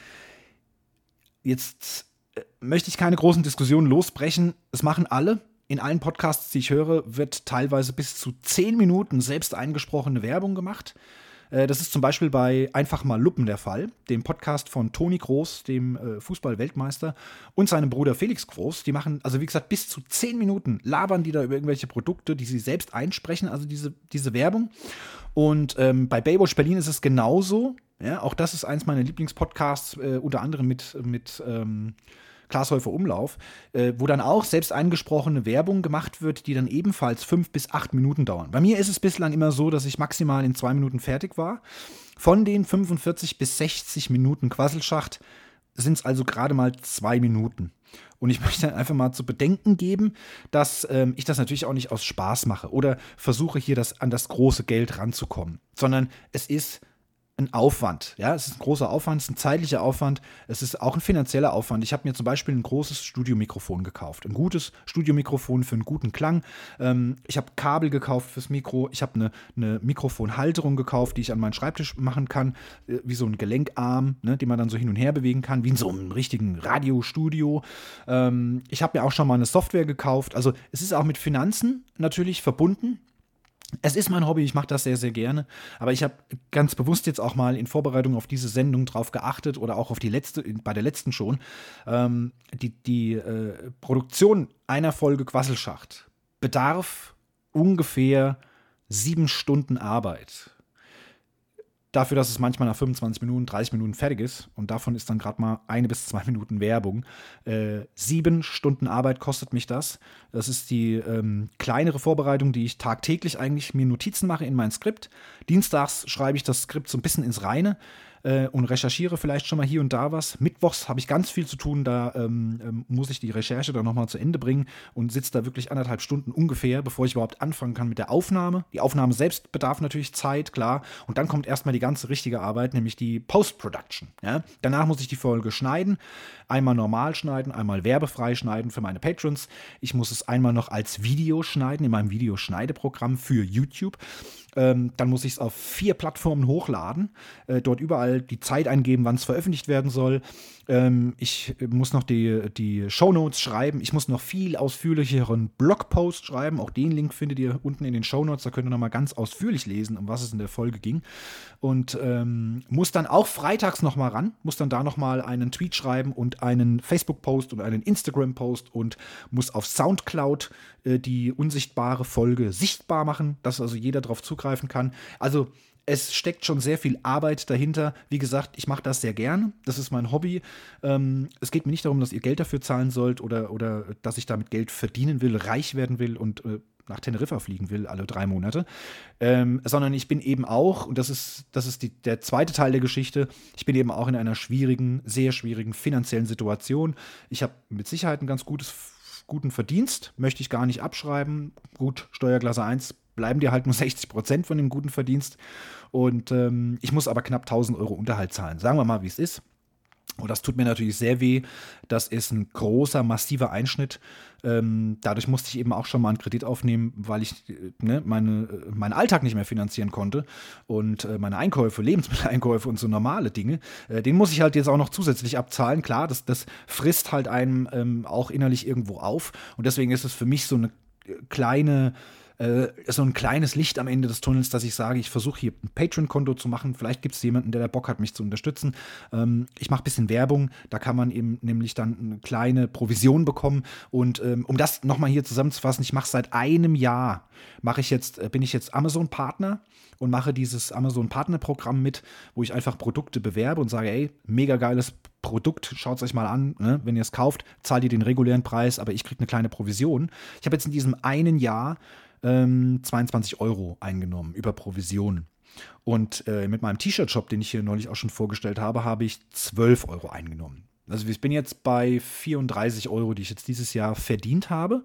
jetzt äh, möchte ich keine großen Diskussionen losbrechen. Es machen alle. In allen Podcasts, die ich höre, wird teilweise bis zu zehn Minuten selbst eingesprochene Werbung gemacht. Äh, das ist zum Beispiel bei Einfach mal Luppen der Fall, dem Podcast von Toni Kroos, dem äh, Fußball-Weltmeister, und seinem Bruder Felix Kroos. Die machen, also wie gesagt, bis zu zehn Minuten labern die da über irgendwelche Produkte, die sie selbst einsprechen, also diese, diese Werbung. Und ähm, bei Baywatch Berlin ist es genauso. Ja, auch das ist eins meiner Lieblingspodcasts, äh, unter anderem mit, mit ähm, Glashäufer Umlauf, äh, wo dann auch selbst eingesprochene Werbung gemacht wird, die dann ebenfalls fünf bis acht Minuten dauern. Bei mir ist es bislang immer so, dass ich maximal in zwei Minuten fertig war. Von den fünfundvierzig bis sechzig Minuten Quasselschacht sind es also gerade mal zwei Minuten. Und ich möchte dann einfach mal zu bedenken geben, dass ähm, ich das natürlich auch nicht aus Spaß mache oder versuche hier das, an das große Geld ranzukommen, sondern es ist ein Aufwand. Ja, es ist ein großer Aufwand, es ist ein zeitlicher Aufwand, es ist auch ein finanzieller Aufwand. Ich habe mir zum Beispiel ein großes Studiomikrofon gekauft. Ein gutes Studiomikrofon für einen guten Klang. Ähm, ich habe Kabel gekauft fürs Mikro. Ich habe eine, eine Mikrofonhalterung gekauft, die ich an meinen Schreibtisch machen kann, äh, wie so ein Gelenkarm, ne, den man dann so hin und her bewegen kann, wie in so einem richtigen Radiostudio. Ähm, ich habe mir auch schon mal eine Software gekauft. Also es ist auch mit Finanzen natürlich verbunden. Es ist mein Hobby, ich mache das sehr, sehr gerne, aber ich habe ganz bewusst jetzt auch mal in Vorbereitung auf diese Sendung drauf geachtet oder auch auf die letzte, bei der letzten schon, ähm, die, die äh, Produktion einer Folge Quasselschacht bedarf ungefähr sieben Stunden Arbeit. Dafür, dass es manchmal nach fünfundzwanzig Minuten, dreißig Minuten fertig ist und davon ist dann gerade mal eine bis zwei Minuten Werbung. Äh, sieben Stunden Arbeit kostet mich das. Das ist die ähm, kleinere Vorbereitung, die ich tagtäglich eigentlich mir Notizen mache in mein Skript. Dienstags schreibe ich das Skript so ein bisschen ins Reine äh, und recherchiere vielleicht schon mal hier und da was. Mittwochs habe ich ganz viel zu tun, da ähm, ähm, muss ich die Recherche dann nochmal zu Ende bringen und sitze da wirklich anderthalb Stunden ungefähr, bevor ich überhaupt anfangen kann mit der Aufnahme. Die Aufnahme selbst bedarf natürlich Zeit, klar. Und dann kommt erstmal die ganze richtige Arbeit, nämlich die Post-Production. Ja? Danach muss ich die Folge schneiden, einmal normal schneiden, einmal werbefrei schneiden für meine Patrons. Ich muss es einmal noch als Video schneiden in meinem Videoschneideprogramm für YouTube. Ähm, dann muss ich es auf vier Plattformen hochladen, äh, dort überall die Zeit eingeben, wann es veröffentlicht werden soll. Ähm, ich muss noch die, die Shownotes schreiben. Ich muss noch viel ausführlicheren Blogpost schreiben. Auch den Link findet ihr unten in den Shownotes. Da könnt ihr noch mal ganz ausführlich lesen, um was es in der Folge ging. Und ähm, muss dann auch freitags noch mal ran, muss dann da noch mal einen Tweet schreiben und einen Facebook-Post und einen Instagram-Post und muss auf Soundcloud äh, die unsichtbare Folge sichtbar machen, dass also jeder drauf zugreifen kann. Also es steckt schon sehr viel Arbeit dahinter. Wie gesagt, ich mache das sehr gern. Das ist mein Hobby. Ähm, es geht mir nicht darum, dass ihr Geld dafür zahlen sollt oder, oder dass ich damit Geld verdienen will, reich werden will und äh, nach Teneriffa fliegen will, alle drei Monate. Ähm, sondern ich bin eben auch, und das ist, das ist die, der zweite Teil der Geschichte, ich bin eben auch in einer schwierigen, sehr schwierigen finanziellen Situation. Ich habe mit Sicherheit ein ganz gutes, guten Verdienst, möchte ich gar nicht abschreiben. Gut, Steuerklasse eins bleiben dir halt nur sechzig Prozent von dem guten Verdienst. Und ähm, ich muss aber knapp tausend Euro Unterhalt zahlen. Sagen wir mal, wie es ist. Und das tut mir natürlich sehr weh. Das ist ein großer, massiver Einschnitt. Ähm, dadurch musste ich eben auch schon mal einen Kredit aufnehmen, weil ich äh, ne, meine, äh, meinen Alltag nicht mehr finanzieren konnte. Und äh, meine Einkäufe, Lebensmitteleinkäufe und so normale Dinge, äh, den muss ich halt jetzt auch noch zusätzlich abzahlen. Klar, das, das frisst halt einem ähm, auch innerlich irgendwo auf. Und deswegen ist es für mich so eine kleine so ein kleines Licht am Ende des Tunnels, dass ich sage, ich versuche hier ein Patreon-Konto zu machen. Vielleicht gibt es jemanden, der da Bock hat, mich zu unterstützen. Ähm, ich mache ein bisschen Werbung. Da kann man eben nämlich dann eine kleine Provision bekommen. Und ähm, um das nochmal hier zusammenzufassen, ich mache seit einem Jahr, mache ich jetzt, bin ich jetzt Amazon-Partner und mache dieses Amazon-Partner-Programm mit, wo ich einfach Produkte bewerbe und sage, ey, mega geiles Produkt, schaut es euch mal an, ne? Wenn ihr es kauft, zahlt ihr den regulären Preis, aber ich kriege eine kleine Provision. Ich habe jetzt in diesem einen Jahr ähm, zweiundzwanzig Euro eingenommen über Provision. Und äh, mit meinem T-Shirt-Shop, den ich hier neulich auch schon vorgestellt habe, habe ich zwölf Euro eingenommen. Also ich bin jetzt bei vierunddreißig Euro, die ich jetzt dieses Jahr verdient habe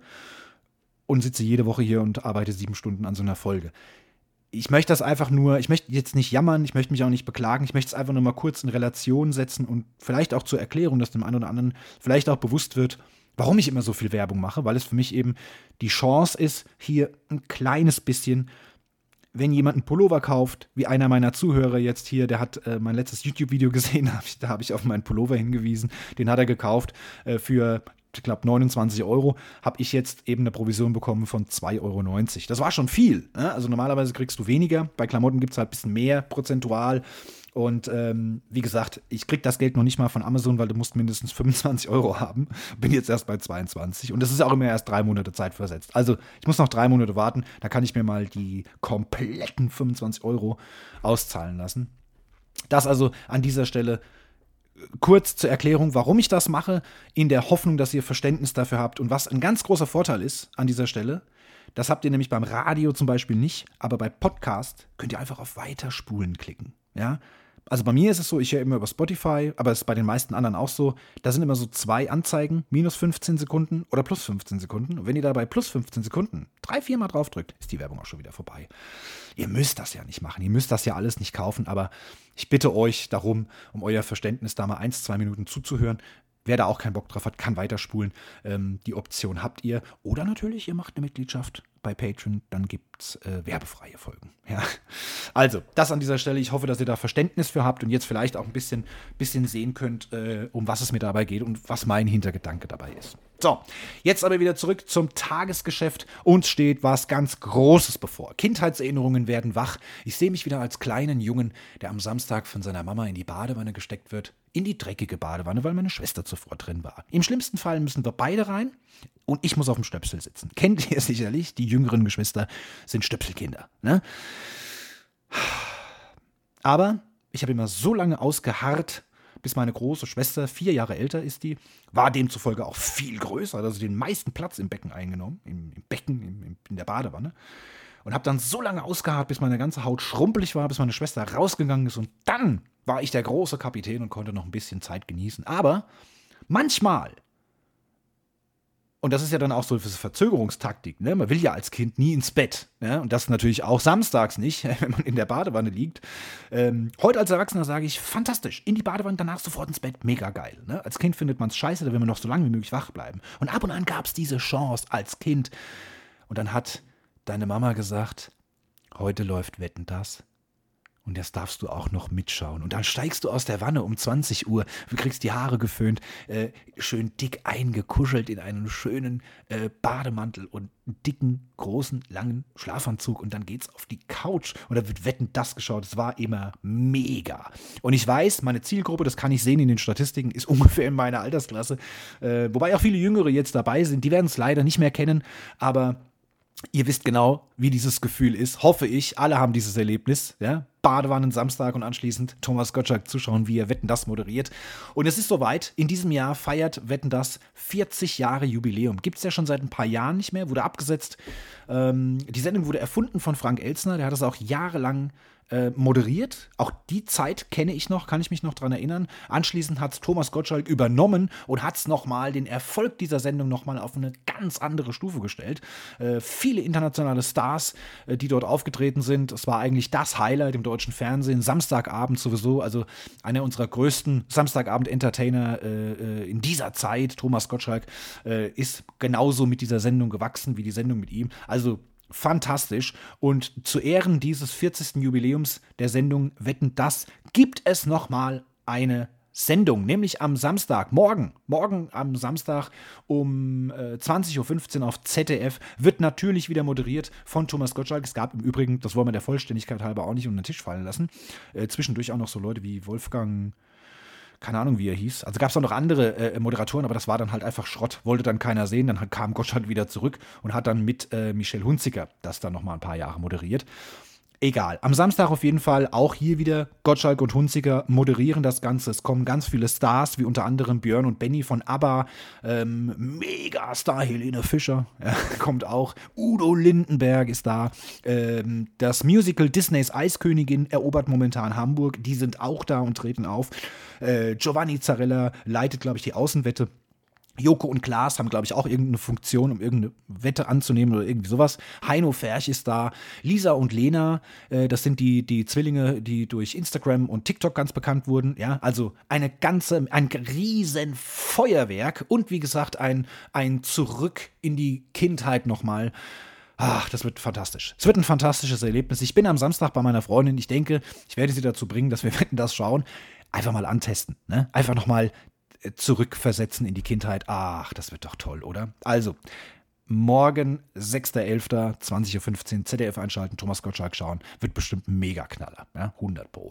und sitze jede Woche hier und arbeite sieben Stunden an so einer Folge. Ich möchte das einfach nur, ich möchte jetzt nicht jammern, ich möchte mich auch nicht beklagen, ich möchte es einfach nur mal kurz in Relation setzen und vielleicht auch zur Erklärung, dass dem einen oder anderen vielleicht auch bewusst wird, warum ich immer so viel Werbung mache, weil es für mich eben die Chance ist, hier ein kleines bisschen, wenn jemand einen Pullover kauft, wie einer meiner Zuhörer jetzt hier, der hat äh, mein letztes YouTube-Video gesehen, hab ich, da habe ich auf meinen Pullover hingewiesen, den hat er gekauft äh, für, ich glaube, neunundzwanzig Euro, habe ich jetzt eben eine Provision bekommen von zwei Euro neunzig. Das war schon viel, ne? Also normalerweise kriegst du weniger, bei Klamotten gibt es halt ein bisschen mehr prozentual. Und ähm, wie gesagt, ich kriege das Geld noch nicht mal von Amazon, weil du musst mindestens fünfundzwanzig Euro haben. Bin jetzt erst bei zweiundzwanzig und das ist auch immer erst drei Monate Zeit versetzt. Also ich muss noch drei Monate warten, da kann ich mir mal die kompletten fünfundzwanzig Euro auszahlen lassen. Das also an dieser Stelle kurz zur Erklärung, warum ich das mache, in der Hoffnung, dass ihr Verständnis dafür habt. Und was ein ganz großer Vorteil ist an dieser Stelle, das habt ihr nämlich beim Radio zum Beispiel nicht, aber bei Podcast könnt ihr einfach auf Weiterspulen klicken. Ja? Also bei mir ist es so, ich höre immer über Spotify, aber es ist bei den meisten anderen auch so, da sind immer so zwei Anzeigen, minus fünfzehn Sekunden oder plus fünfzehn Sekunden. Und wenn ihr da bei plus fünfzehn Sekunden drei, vier Mal drauf drückt, ist die Werbung auch schon wieder vorbei. Ihr müsst das ja nicht machen, ihr müsst das ja alles nicht kaufen, aber ich bitte euch darum, um euer Verständnis da mal eins, zwei Minuten zuzuhören. Wer da auch keinen Bock drauf hat, kann weiterspulen. Ähm, die Option habt ihr. Oder natürlich, ihr macht eine Mitgliedschaft bei Patreon, dann gibt es äh, werbefreie Folgen. Ja. Also, das an dieser Stelle. Ich hoffe, dass ihr da Verständnis für habt und jetzt vielleicht auch ein bisschen, bisschen sehen könnt, äh, um was es mir dabei geht und was mein Hintergedanke dabei ist. So, jetzt aber wieder zurück zum Tagesgeschäft. Uns steht was ganz Großes bevor. Kindheitserinnerungen werden wach. Ich sehe mich wieder als kleinen Jungen, der am Samstag von seiner Mama in die Badewanne gesteckt wird. In die dreckige Badewanne, weil meine Schwester zuvor drin war. Im schlimmsten Fall müssen wir beide rein und ich muss auf dem Stöpsel sitzen. Kennt ihr sicherlich, die jüngeren Geschwister sind Stöpselkinder. Ne? Aber ich habe immer so lange ausgeharrt, bis meine große Schwester, vier Jahre älter ist die, war demzufolge auch viel größer, also den meisten Platz im Becken eingenommen, im, im Becken, im, in der Badewanne. Und habe dann so lange ausgeharrt, bis meine ganze Haut schrumpelig war, bis meine Schwester rausgegangen ist. Und dann war ich der große Kapitän und konnte noch ein bisschen Zeit genießen. Aber manchmal, und das ist ja dann auch so eine Verzögerungstaktik, ne? Man will ja als Kind nie ins Bett. Ne? Und das natürlich auch samstags nicht, wenn man in der Badewanne liegt. Ähm, heute als Erwachsener sage ich, fantastisch, in die Badewanne, danach sofort ins Bett, mega geil. Ne? Als Kind findet man es scheiße, da will man noch so lange wie möglich wach bleiben. Und ab und an gab es diese Chance als Kind. Und dann hat deine Mama gesagt, heute läuft Wetten, das. Und jetzt darfst du auch noch mitschauen. Und dann steigst du aus der Wanne um zwanzig Uhr, du kriegst die Haare geföhnt, äh, schön dick eingekuschelt in einen schönen äh, Bademantel und einen dicken, großen, langen Schlafanzug. Und dann geht's auf die Couch und da wird Wetten, das geschaut. Es war immer mega. Und ich weiß, meine Zielgruppe, das kann ich sehen in den Statistiken, ist ungefähr in meiner Altersklasse. Äh, wobei auch viele Jüngere jetzt dabei sind. Die werden es leider nicht mehr kennen, aber ihr wisst genau, wie dieses Gefühl ist. Hoffe ich, alle haben dieses Erlebnis. Ja? Badewannen Samstag und anschließend Thomas Gottschalk zuschauen, wie er Wetten, das moderiert. Und es ist soweit. In diesem Jahr feiert Wetten, das vierzig Jahre Jubiläum. Gibt es ja schon seit ein paar Jahren nicht mehr. Wurde abgesetzt. Ähm, die Sendung wurde erfunden von Frank Elstner. Der hat das auch jahrelang äh, moderiert. Auch die Zeit kenne ich noch, kann ich mich noch dran erinnern. Anschließend hat es Thomas Gottschalk übernommen und hat es nochmal, den Erfolg dieser Sendung nochmal auf eine ganz andere Stufe gestellt. Äh, viele internationale Stars, äh, die dort aufgetreten sind. Es war eigentlich das Highlight im deutschen Fernsehen. Samstagabend sowieso, also einer unserer größten Samstagabend-Entertainer äh, in dieser Zeit, Thomas Gottschalk, äh, ist genauso mit dieser Sendung gewachsen wie die Sendung mit ihm. Also fantastisch. Und zu Ehren dieses vierzigsten Jubiläums der Sendung Wetten, das gibt es nochmal eine Sendung, nämlich am Samstag, morgen, morgen am Samstag um äh, zwanzig Uhr fünfzehn auf Z D F, wird natürlich wieder moderiert von Thomas Gottschalk. Es gab im Übrigen, das wollen wir der Vollständigkeit halber auch nicht unter den Tisch fallen lassen, äh, zwischendurch auch noch so Leute wie Wolfgang, keine Ahnung, wie er hieß. Also gab es auch noch andere äh, Moderatoren, aber das war dann halt einfach Schrott. Wollte dann keiner sehen. Dann kam Gottschalk wieder zurück und hat dann mit äh, Michelle Hunziker das dann nochmal ein paar Jahre moderiert. Egal. Am Samstag auf jeden Fall auch hier wieder Gottschalk und Hunziker moderieren das Ganze. Es kommen ganz viele Stars, wie unter anderem Björn und Benny von ABBA, ähm, Megastar Helene Fischer, ja, kommt auch, Udo Lindenberg ist da, ähm, das Musical Disneys Eiskönigin erobert momentan Hamburg, die sind auch da und treten auf. Äh, Giovanni Zarella leitet, glaube ich, die Außenwette. Joko und Klaas haben, glaube ich, auch irgendeine Funktion, um irgendeine Wette anzunehmen oder irgendwie sowas. Heino Ferch ist da. Lisa und Lena, äh, das sind die, die Zwillinge, die durch Instagram und TikTok ganz bekannt wurden. Ja, also eine ganze, ein riesen Feuerwerk und wie gesagt, ein, ein Zurück in die Kindheit nochmal. Ach, das wird fantastisch. Es wird ein fantastisches Erlebnis. Ich bin am Samstag bei meiner Freundin. Ich denke, ich werde sie dazu bringen, dass wir Wetten, das schauen. Einfach mal antesten. Ne? Einfach nochmal zurückversetzen in die Kindheit. Ach, das wird doch toll, oder? Also, morgen, sechster elfter zwanzig Uhr fünfzehn, Z D F einschalten, Thomas Gottschalk schauen. Wird bestimmt ein Mega-Knaller. Ja, hundert Pro.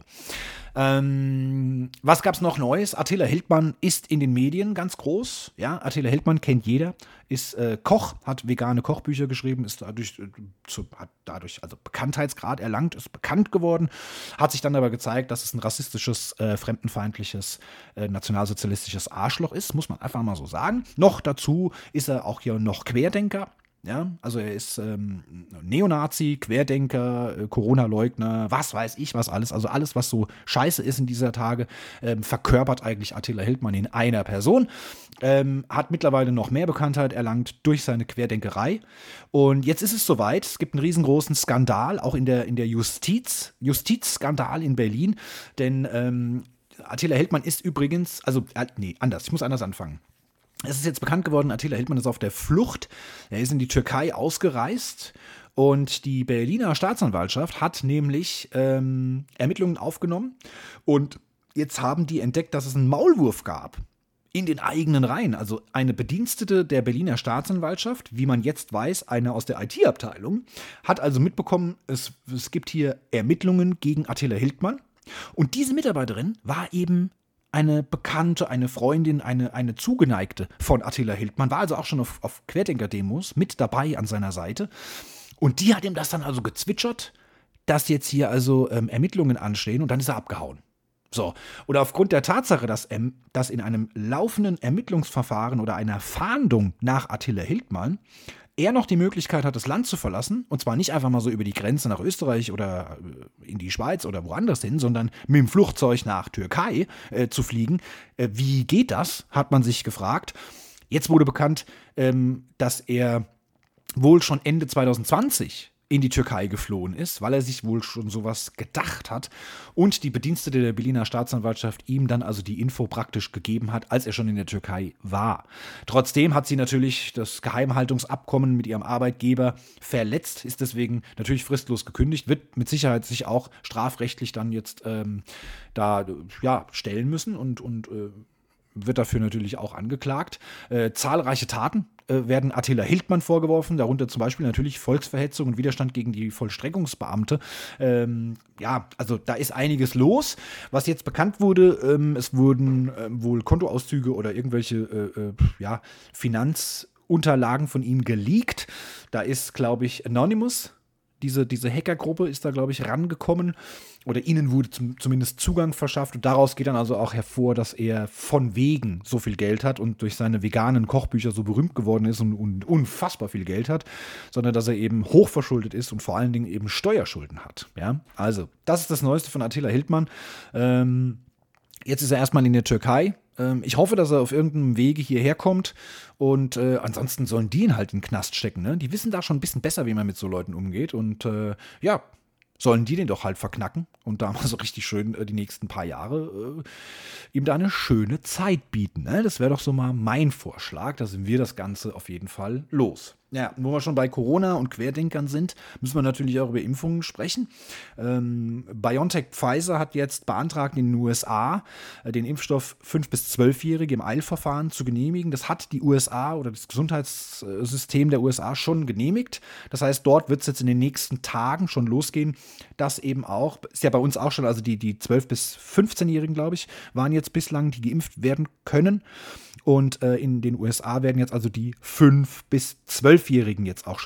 Ähm, was gab's noch Neues? Attila Hildmann ist in den Medien ganz groß. Ja, Attila Hildmann kennt jeder. Ist äh, Koch, hat vegane Kochbücher geschrieben, ist dadurch, äh, zu, hat dadurch also Bekanntheitsgrad erlangt, ist bekannt geworden. Hat sich dann aber gezeigt, dass es ein rassistisches, äh, fremdenfeindliches, äh, nationalsozialistisches Arschloch ist. Muss man einfach mal so sagen. Noch dazu ist er auch hier noch Querdenker. Ja, also er ist ähm, Neonazi, Querdenker, äh, Corona-Leugner, was weiß ich, was alles. Also alles, was so scheiße ist in dieser Tage, ähm, verkörpert eigentlich Attila Hildmann in einer Person. Ähm, hat mittlerweile noch mehr Bekanntheit erlangt durch seine Querdenkerei. Und jetzt ist es soweit, es gibt einen riesengroßen Skandal, auch in der, in der Justiz, Justizskandal in Berlin. Denn ähm, Attila Hildmann ist übrigens, also, äh, nee, anders, ich muss anders anfangen. Es ist jetzt bekannt geworden, Attila Hildmann ist auf der Flucht. Er ist in die Türkei ausgereist und die Berliner Staatsanwaltschaft hat nämlich ähm, Ermittlungen aufgenommen und jetzt haben die entdeckt, dass es einen Maulwurf gab in den eigenen Reihen. Also eine Bedienstete der Berliner Staatsanwaltschaft, wie man jetzt weiß, eine aus der I T-Abteilung, hat also mitbekommen, es, es gibt hier Ermittlungen gegen Attila Hildmann und diese Mitarbeiterin war eben eine Bekannte, eine Freundin, eine, eine Zugeneigte von Attila Hildmann, war also auch schon auf, auf Querdenker-Demos mit dabei an seiner Seite. Und die hat ihm das dann also gezwitschert, dass jetzt hier also ähm, Ermittlungen anstehen und dann ist er abgehauen. So, oder aufgrund der Tatsache, dass, ähm, dass in einem laufenden Ermittlungsverfahren oder einer Fahndung nach Attila Hildmann er noch die Möglichkeit hat, das Land zu verlassen, und zwar nicht einfach mal so über die Grenze nach Österreich oder in die Schweiz oder woanders hin, sondern mit dem Flugzeug nach Türkei äh, zu fliegen. Äh, wie geht das, hat man sich gefragt. Jetzt wurde bekannt, ähm, dass er wohl schon Ende zwanzig zwanzig in die Türkei geflohen ist, weil er sich wohl schon sowas gedacht hat und die Bedienstete der Berliner Staatsanwaltschaft ihm dann also die Info praktisch gegeben hat, als er schon in der Türkei war. Trotzdem hat sie natürlich das Geheimhaltungsabkommen mit ihrem Arbeitgeber verletzt, ist deswegen natürlich fristlos gekündigt, wird mit Sicherheit sich auch strafrechtlich dann jetzt ähm, da ja, stellen müssen und, und äh, wird dafür natürlich auch angeklagt. Äh, zahlreiche Taten äh, werden Attila Hildmann vorgeworfen, darunter zum Beispiel natürlich Volksverhetzung und Widerstand gegen die Vollstreckungsbeamte. Ähm, ja, also da ist einiges los. Was jetzt bekannt wurde, ähm, es wurden ähm, wohl Kontoauszüge oder irgendwelche äh, äh, ja, Finanzunterlagen von ihm geleakt. Da ist, glaube ich, Anonymous, diese, diese Hackergruppe ist da, glaube ich, rangekommen oder ihnen wurde zum, zumindest Zugang verschafft und daraus geht dann also auch hervor, dass er von wegen so viel Geld hat und durch seine veganen Kochbücher so berühmt geworden ist und, und unfassbar viel Geld hat, sondern dass er eben hochverschuldet ist und vor allen Dingen eben Steuerschulden hat. Ja? Also, das ist das Neueste von Attila Hildmann. Ähm, jetzt ist er erstmal in der Türkei. Ähm, ich hoffe, dass er auf irgendeinem Wege hierher kommt und äh, ansonsten sollen die ihn halt in den Knast stecken. Ne? Die wissen da schon ein bisschen besser, wie man mit so Leuten umgeht und äh, ja, sollen die den doch halt verknacken und da mal so richtig schön äh, die nächsten paar Jahre äh, ihm da eine schöne Zeit bieten. Ne? Das wäre doch so mal mein Vorschlag. Da sind wir das Ganze auf jeden Fall los. Ja, wo wir schon bei Corona und Querdenkern sind, müssen wir natürlich auch über Impfungen sprechen. Ähm, BioNTech Pfizer hat jetzt beantragt, in den U S A äh, den Impfstoff fünf- bis zwölfjährige im Eilverfahren zu genehmigen. Das hat die U S A oder das Gesundheitssystem der U S A schon genehmigt. Das heißt, dort wird es jetzt in den nächsten Tagen schon losgehen, dass eben auch, ist ja bei uns auch schon, also die, die zwölf- bis fünfzehnjährigen, glaube ich, waren jetzt bislang, die geimpft werden können. Und äh, in den U S A werden jetzt also die fünf- bis zwölfjährigen jetzt auch schon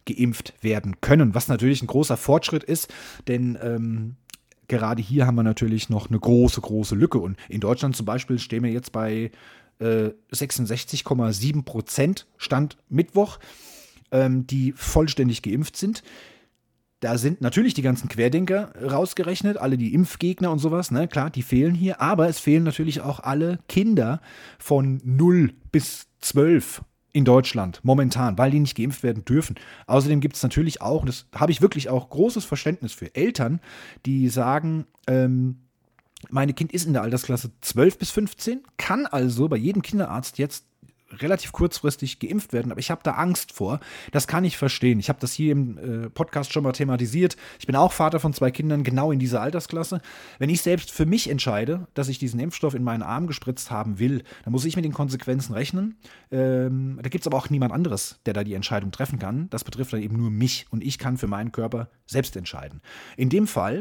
geimpft werden können, was natürlich ein großer Fortschritt ist, denn ähm, gerade hier haben wir natürlich noch eine große, große Lücke. Und in Deutschland zum Beispiel stehen wir jetzt bei äh, sechsundsechzig Komma sieben Prozent Stand Mittwoch, ähm, die vollständig geimpft sind. Da sind natürlich die ganzen Querdenker rausgerechnet, alle die Impfgegner und sowas, ne, klar, die fehlen hier. Aber es fehlen natürlich auch alle Kinder von null bis zwölf in Deutschland momentan, weil die nicht geimpft werden dürfen. Außerdem gibt es natürlich auch, und das habe ich wirklich auch großes Verständnis für, Eltern, die sagen, ähm, mein Kind ist in der Altersklasse zwölf bis fünfzehn, kann also bei jedem Kinderarzt jetzt relativ kurzfristig geimpft werden, aber ich habe da Angst vor. Das kann ich verstehen. Ich habe das hier im äh, Podcast schon mal thematisiert. Ich bin auch Vater von zwei Kindern, genau in dieser Altersklasse. Wenn ich selbst für mich entscheide, dass ich diesen Impfstoff in meinen Arm gespritzt haben will, dann muss ich mit den Konsequenzen rechnen. Ähm, da gibt es aber auch niemand anderes, der da die Entscheidung treffen kann. Das betrifft dann eben nur mich und ich kann für meinen Körper selbst entscheiden. In dem Fall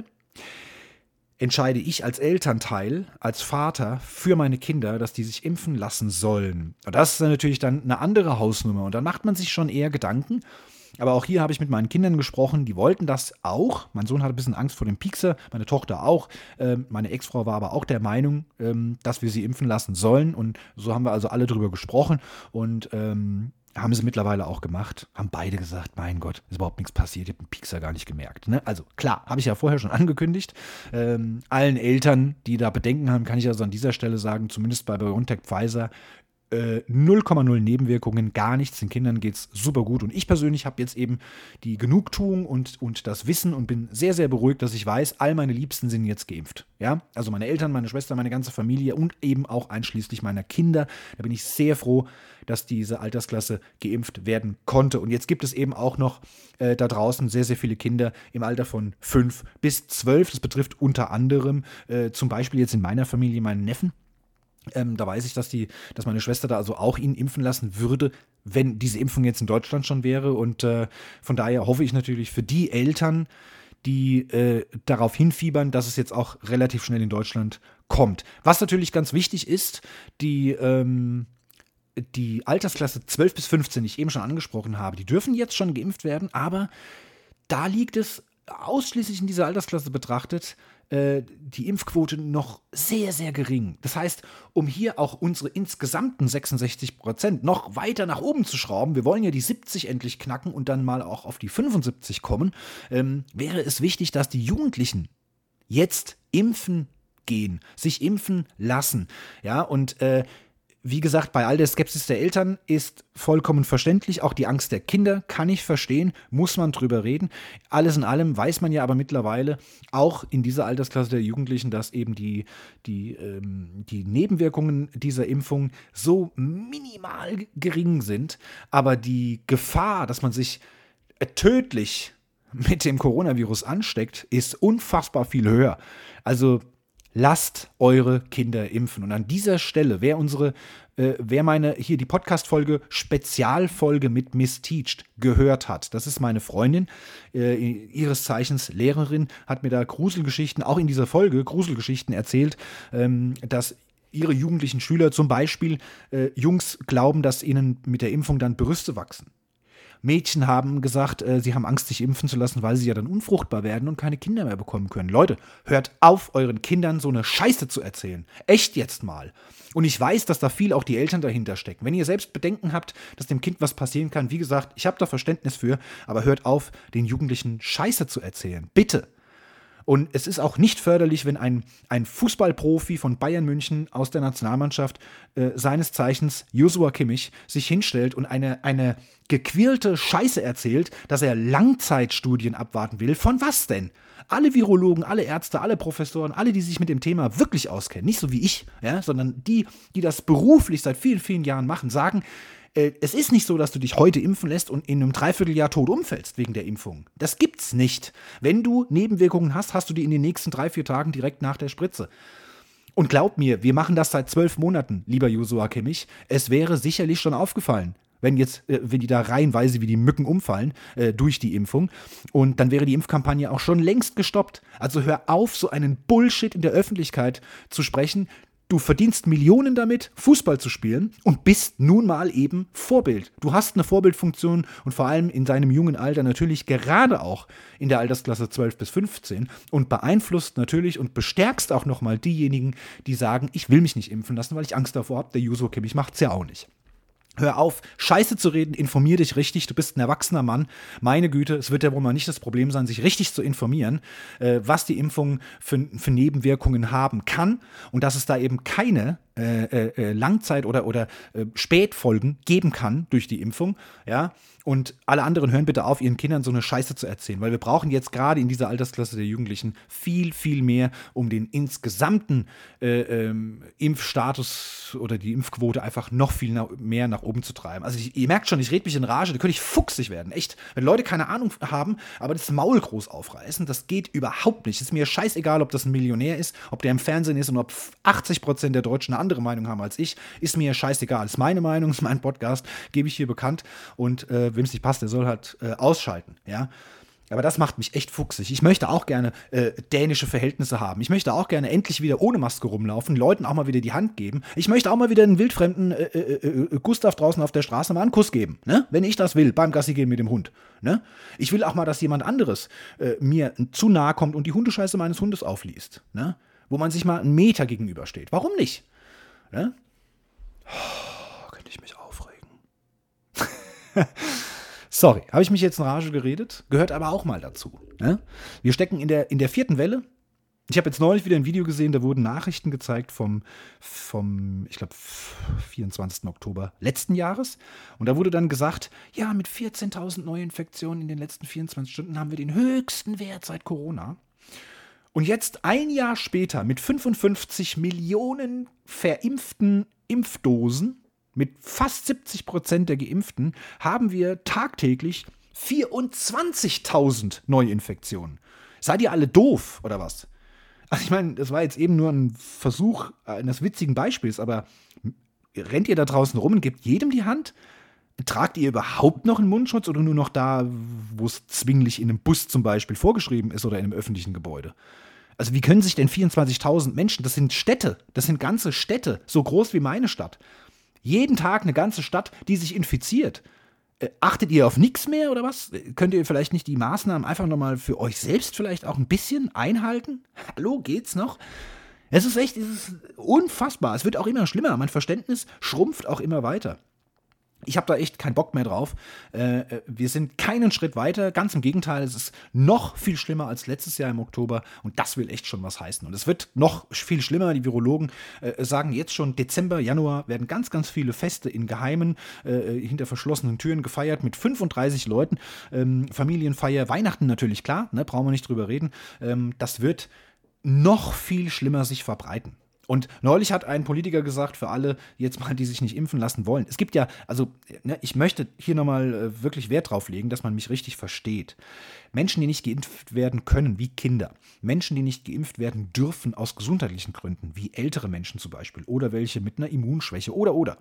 entscheide ich als Elternteil, als Vater für meine Kinder, dass die sich impfen lassen sollen. Und das ist dann natürlich dann eine andere Hausnummer. Und dann macht man sich schon eher Gedanken. Aber auch hier habe ich mit meinen Kindern gesprochen, die wollten das auch. Mein Sohn hatte ein bisschen Angst vor dem Piekser, meine Tochter auch. Ähm, meine Ex-Frau war aber auch der Meinung, ähm, dass wir sie impfen lassen sollen. Und so haben wir also alle drüber gesprochen. Und ähm, haben sie mittlerweile auch gemacht, haben beide gesagt, mein Gott, ist überhaupt nichts passiert, ich habe den Piekser gar nicht gemerkt. Ne? Also klar, habe ich ja vorher schon angekündigt. Ähm, allen Eltern, die da Bedenken haben, kann ich also an dieser Stelle sagen, zumindest bei BioNTech Pfizer, äh, null Komma null Nebenwirkungen, gar nichts. Den Kindern geht es super gut. Und ich persönlich habe jetzt eben die Genugtuung und, und das Wissen und bin sehr, sehr beruhigt, dass ich weiß, all meine Liebsten sind jetzt geimpft. Ja? Also meine Eltern, meine Schwester, meine ganze Familie und eben auch einschließlich meiner Kinder. Da bin ich sehr froh, dass diese Altersklasse geimpft werden konnte. Und jetzt gibt es eben auch noch äh, da draußen sehr, sehr viele Kinder im Alter von fünf bis zwölf. Das betrifft unter anderem äh, zum Beispiel jetzt in meiner Familie meinen Neffen. Ähm, da weiß ich, dass, die, dass meine Schwester da also auch ihn impfen lassen würde, wenn diese Impfung jetzt in Deutschland schon wäre. Und äh, von daher hoffe ich natürlich für die Eltern, die äh, darauf hinfiebern, dass es jetzt auch relativ schnell in Deutschland kommt. Was natürlich ganz wichtig ist, die, ähm, die Altersklasse zwölf bis fünfzehn, die ich eben schon angesprochen habe, die dürfen jetzt schon geimpft werden, aber da liegt es ausschließlich in dieser Altersklasse betrachtet, äh, die Impfquote noch sehr, sehr gering. Das heißt, um hier auch unsere insgesamten sechsundsechzig Prozent noch weiter nach oben zu schrauben, wir wollen ja die siebzig endlich knacken und dann mal auch auf die fünfundsiebzig kommen, ähm, wäre es wichtig, dass die Jugendlichen jetzt impfen gehen, sich impfen lassen. Ja, und äh, wie gesagt, bei all der Skepsis der Eltern ist vollkommen verständlich. Auch die Angst der Kinder kann ich verstehen, muss man drüber reden. Alles in allem weiß man ja aber mittlerweile, auch in dieser Altersklasse der Jugendlichen, dass eben die, die, ähm, die Nebenwirkungen dieser Impfung so minimal gering sind. Aber die Gefahr, dass man sich tödlich mit dem Coronavirus ansteckt, ist unfassbar viel höher. Also lasst eure Kinder impfen. Und an dieser Stelle, wer unsere, äh, wer meine, hier die Podcast-Folge, Spezialfolge mit Miss Teached gehört hat, das ist meine Freundin, äh, ihres Zeichens Lehrerin, hat mir da Gruselgeschichten, auch in dieser Folge Gruselgeschichten erzählt, ähm, dass ihre jugendlichen Schüler zum Beispiel, äh, Jungs glauben, dass ihnen mit der Impfung dann Brüste wachsen. Mädchen haben gesagt, äh, sie haben Angst, sich impfen zu lassen, weil sie ja dann unfruchtbar werden und keine Kinder mehr bekommen können. Leute, hört auf, euren Kindern so eine Scheiße zu erzählen. Echt jetzt mal. Und ich weiß, dass da viel auch die Eltern dahinter stecken. Wenn ihr selbst Bedenken habt, dass dem Kind was passieren kann, wie gesagt, ich habe da Verständnis für, aber hört auf, den Jugendlichen Scheiße zu erzählen. Bitte. Und es ist auch nicht förderlich, wenn ein, ein Fußballprofi von Bayern München aus der Nationalmannschaft, äh, seines Zeichens Joshua Kimmich, sich hinstellt und eine, eine gequirlte Scheiße erzählt, dass er Langzeitstudien abwarten will. Von was denn? Alle Virologen, alle Ärzte, alle Professoren, alle, die sich mit dem Thema wirklich auskennen, nicht so wie ich, ja, sondern die, die das beruflich seit vielen, vielen Jahren machen, sagen, es ist nicht so, dass du dich heute impfen lässt und in einem Dreivierteljahr tot umfällst wegen der Impfung. Das gibt's nicht. Wenn du Nebenwirkungen hast, hast du die in den nächsten drei, vier Tagen direkt nach der Spritze. Und glaub mir, wir machen das seit zwölf Monaten, lieber Joshua Kimmich. Es wäre sicherlich schon aufgefallen, wenn jetzt, äh, wenn die da reihenweise wie die Mücken umfallen äh, durch die Impfung. Und dann wäre die Impfkampagne auch schon längst gestoppt. Also hör auf, so einen Bullshit in der Öffentlichkeit zu sprechen. Du verdienst Millionen damit, Fußball zu spielen und bist nun mal eben Vorbild. Du hast eine Vorbildfunktion und vor allem in deinem jungen Alter natürlich gerade auch in der Altersklasse zwölf bis fünfzehn und beeinflusst natürlich und bestärkst auch nochmal diejenigen, die sagen, ich will mich nicht impfen lassen, weil ich Angst davor habe, der Juso Kimmich macht's ja auch nicht. Hör auf, Scheiße zu reden, informier dich richtig, du bist ein erwachsener Mann. Meine Güte, es wird ja wohl mal nicht das Problem sein, sich richtig zu informieren, äh, was die Impfung für, für Nebenwirkungen haben kann und dass es da eben keine äh, äh, Langzeit- oder, oder äh, Spätfolgen geben kann durch die Impfung, ja. Und alle anderen hören bitte auf, ihren Kindern so eine Scheiße zu erzählen, weil wir brauchen jetzt gerade in dieser Altersklasse der Jugendlichen viel, viel mehr, um den insgesamten äh, ähm, Impfstatus oder die Impfquote einfach noch viel na- mehr nach oben zu treiben. Also ich, ihr merkt schon, ich rede mich in Rage, da könnte ich fuchsig werden, echt. Wenn Leute keine Ahnung haben, aber das Maul groß aufreißen, das geht überhaupt nicht. Es ist mir scheißegal, ob das ein Millionär ist, ob der im Fernsehen ist und ob achtzig Prozent der Deutschen eine andere Meinung haben als ich, ist mir scheißegal. Das ist meine Meinung, das ist mein Podcast, gebe ich hier bekannt und äh, wem es nicht passt, der soll halt äh, ausschalten, ja. Aber das macht mich echt fuchsig. Ich möchte auch gerne äh, dänische Verhältnisse haben. Ich möchte auch gerne endlich wieder ohne Maske rumlaufen, Leuten auch mal wieder die Hand geben. Ich möchte auch mal wieder einen wildfremden äh, äh, äh, Gustav draußen auf der Straße mal einen Kuss geben, ne? Wenn ich das will, beim Gassi gehen mit dem Hund. Ne? Ich will auch mal, dass jemand anderes äh, mir zu nahe kommt und die Hundescheiße meines Hundes aufliest. Ne? Wo man sich mal einen Meter gegenübersteht. Warum nicht? Ne? Oh, könnte ich mich aufregen. Sorry, habe ich mich jetzt in Rage geredet? Gehört aber auch mal dazu. Ne? Wir stecken in der, in der vierten Welle. Ich habe jetzt neulich wieder ein Video gesehen, da wurden Nachrichten gezeigt vom, vom ich glaube, vierundzwanzigsten Oktober letzten Jahres. Und da wurde dann gesagt, ja, mit vierzehntausend Neuinfektionen in den letzten vierundzwanzig Stunden haben wir den höchsten Wert seit Corona. Und jetzt ein Jahr später mit fünfundfünfzig Millionen verimpften Impfdosen, mit fast siebzig Prozent der Geimpften, haben wir tagtäglich vierundzwanzigtausend Neuinfektionen. Seid ihr alle doof, oder was? Also ich meine, das war jetzt eben nur ein Versuch eines witzigen Beispiels, aber rennt ihr da draußen rum und gebt jedem die Hand? Tragt ihr überhaupt noch einen Mundschutz oder nur noch da, wo es zwinglich in einem Bus zum Beispiel vorgeschrieben ist oder in einem öffentlichen Gebäude? Also wie können sich denn vierundzwanzigtausend Menschen, das sind Städte, das sind ganze Städte, so groß wie meine Stadt, jeden Tag eine ganze Stadt, die sich infiziert. Äh, achtet ihr auf nichts mehr oder was? Könnt ihr vielleicht nicht die Maßnahmen einfach nochmal für euch selbst vielleicht auch ein bisschen einhalten? Hallo, geht's noch? Es ist echt, es ist unfassbar. Es wird auch immer schlimmer. Mein Verständnis schrumpft auch immer weiter. Ich habe da echt keinen Bock mehr drauf. Äh, wir sind keinen Schritt weiter. Ganz im Gegenteil, es ist noch viel schlimmer als letztes Jahr im Oktober. Und das will echt schon was heißen. Und es wird noch viel schlimmer. Die Virologen äh, sagen jetzt schon, Dezember, Januar werden ganz, ganz viele Feste in Geheimen, äh, hinter verschlossenen Türen gefeiert mit fünfunddreißig Leuten. Ähm, Familienfeier, Weihnachten natürlich, klar, ne, brauchen wir nicht drüber reden. Ähm, das wird noch viel schlimmer sich verbreiten. Und neulich hat ein Politiker gesagt, für alle jetzt mal, die sich nicht impfen lassen wollen. Es gibt ja, also ne, ich möchte hier nochmal äh, wirklich Wert drauf legen, dass man mich richtig versteht. Menschen, die nicht geimpft werden können, wie Kinder. Menschen, die nicht geimpft werden dürfen aus gesundheitlichen Gründen, wie ältere Menschen zum Beispiel. Oder welche mit einer Immunschwäche oder, oder.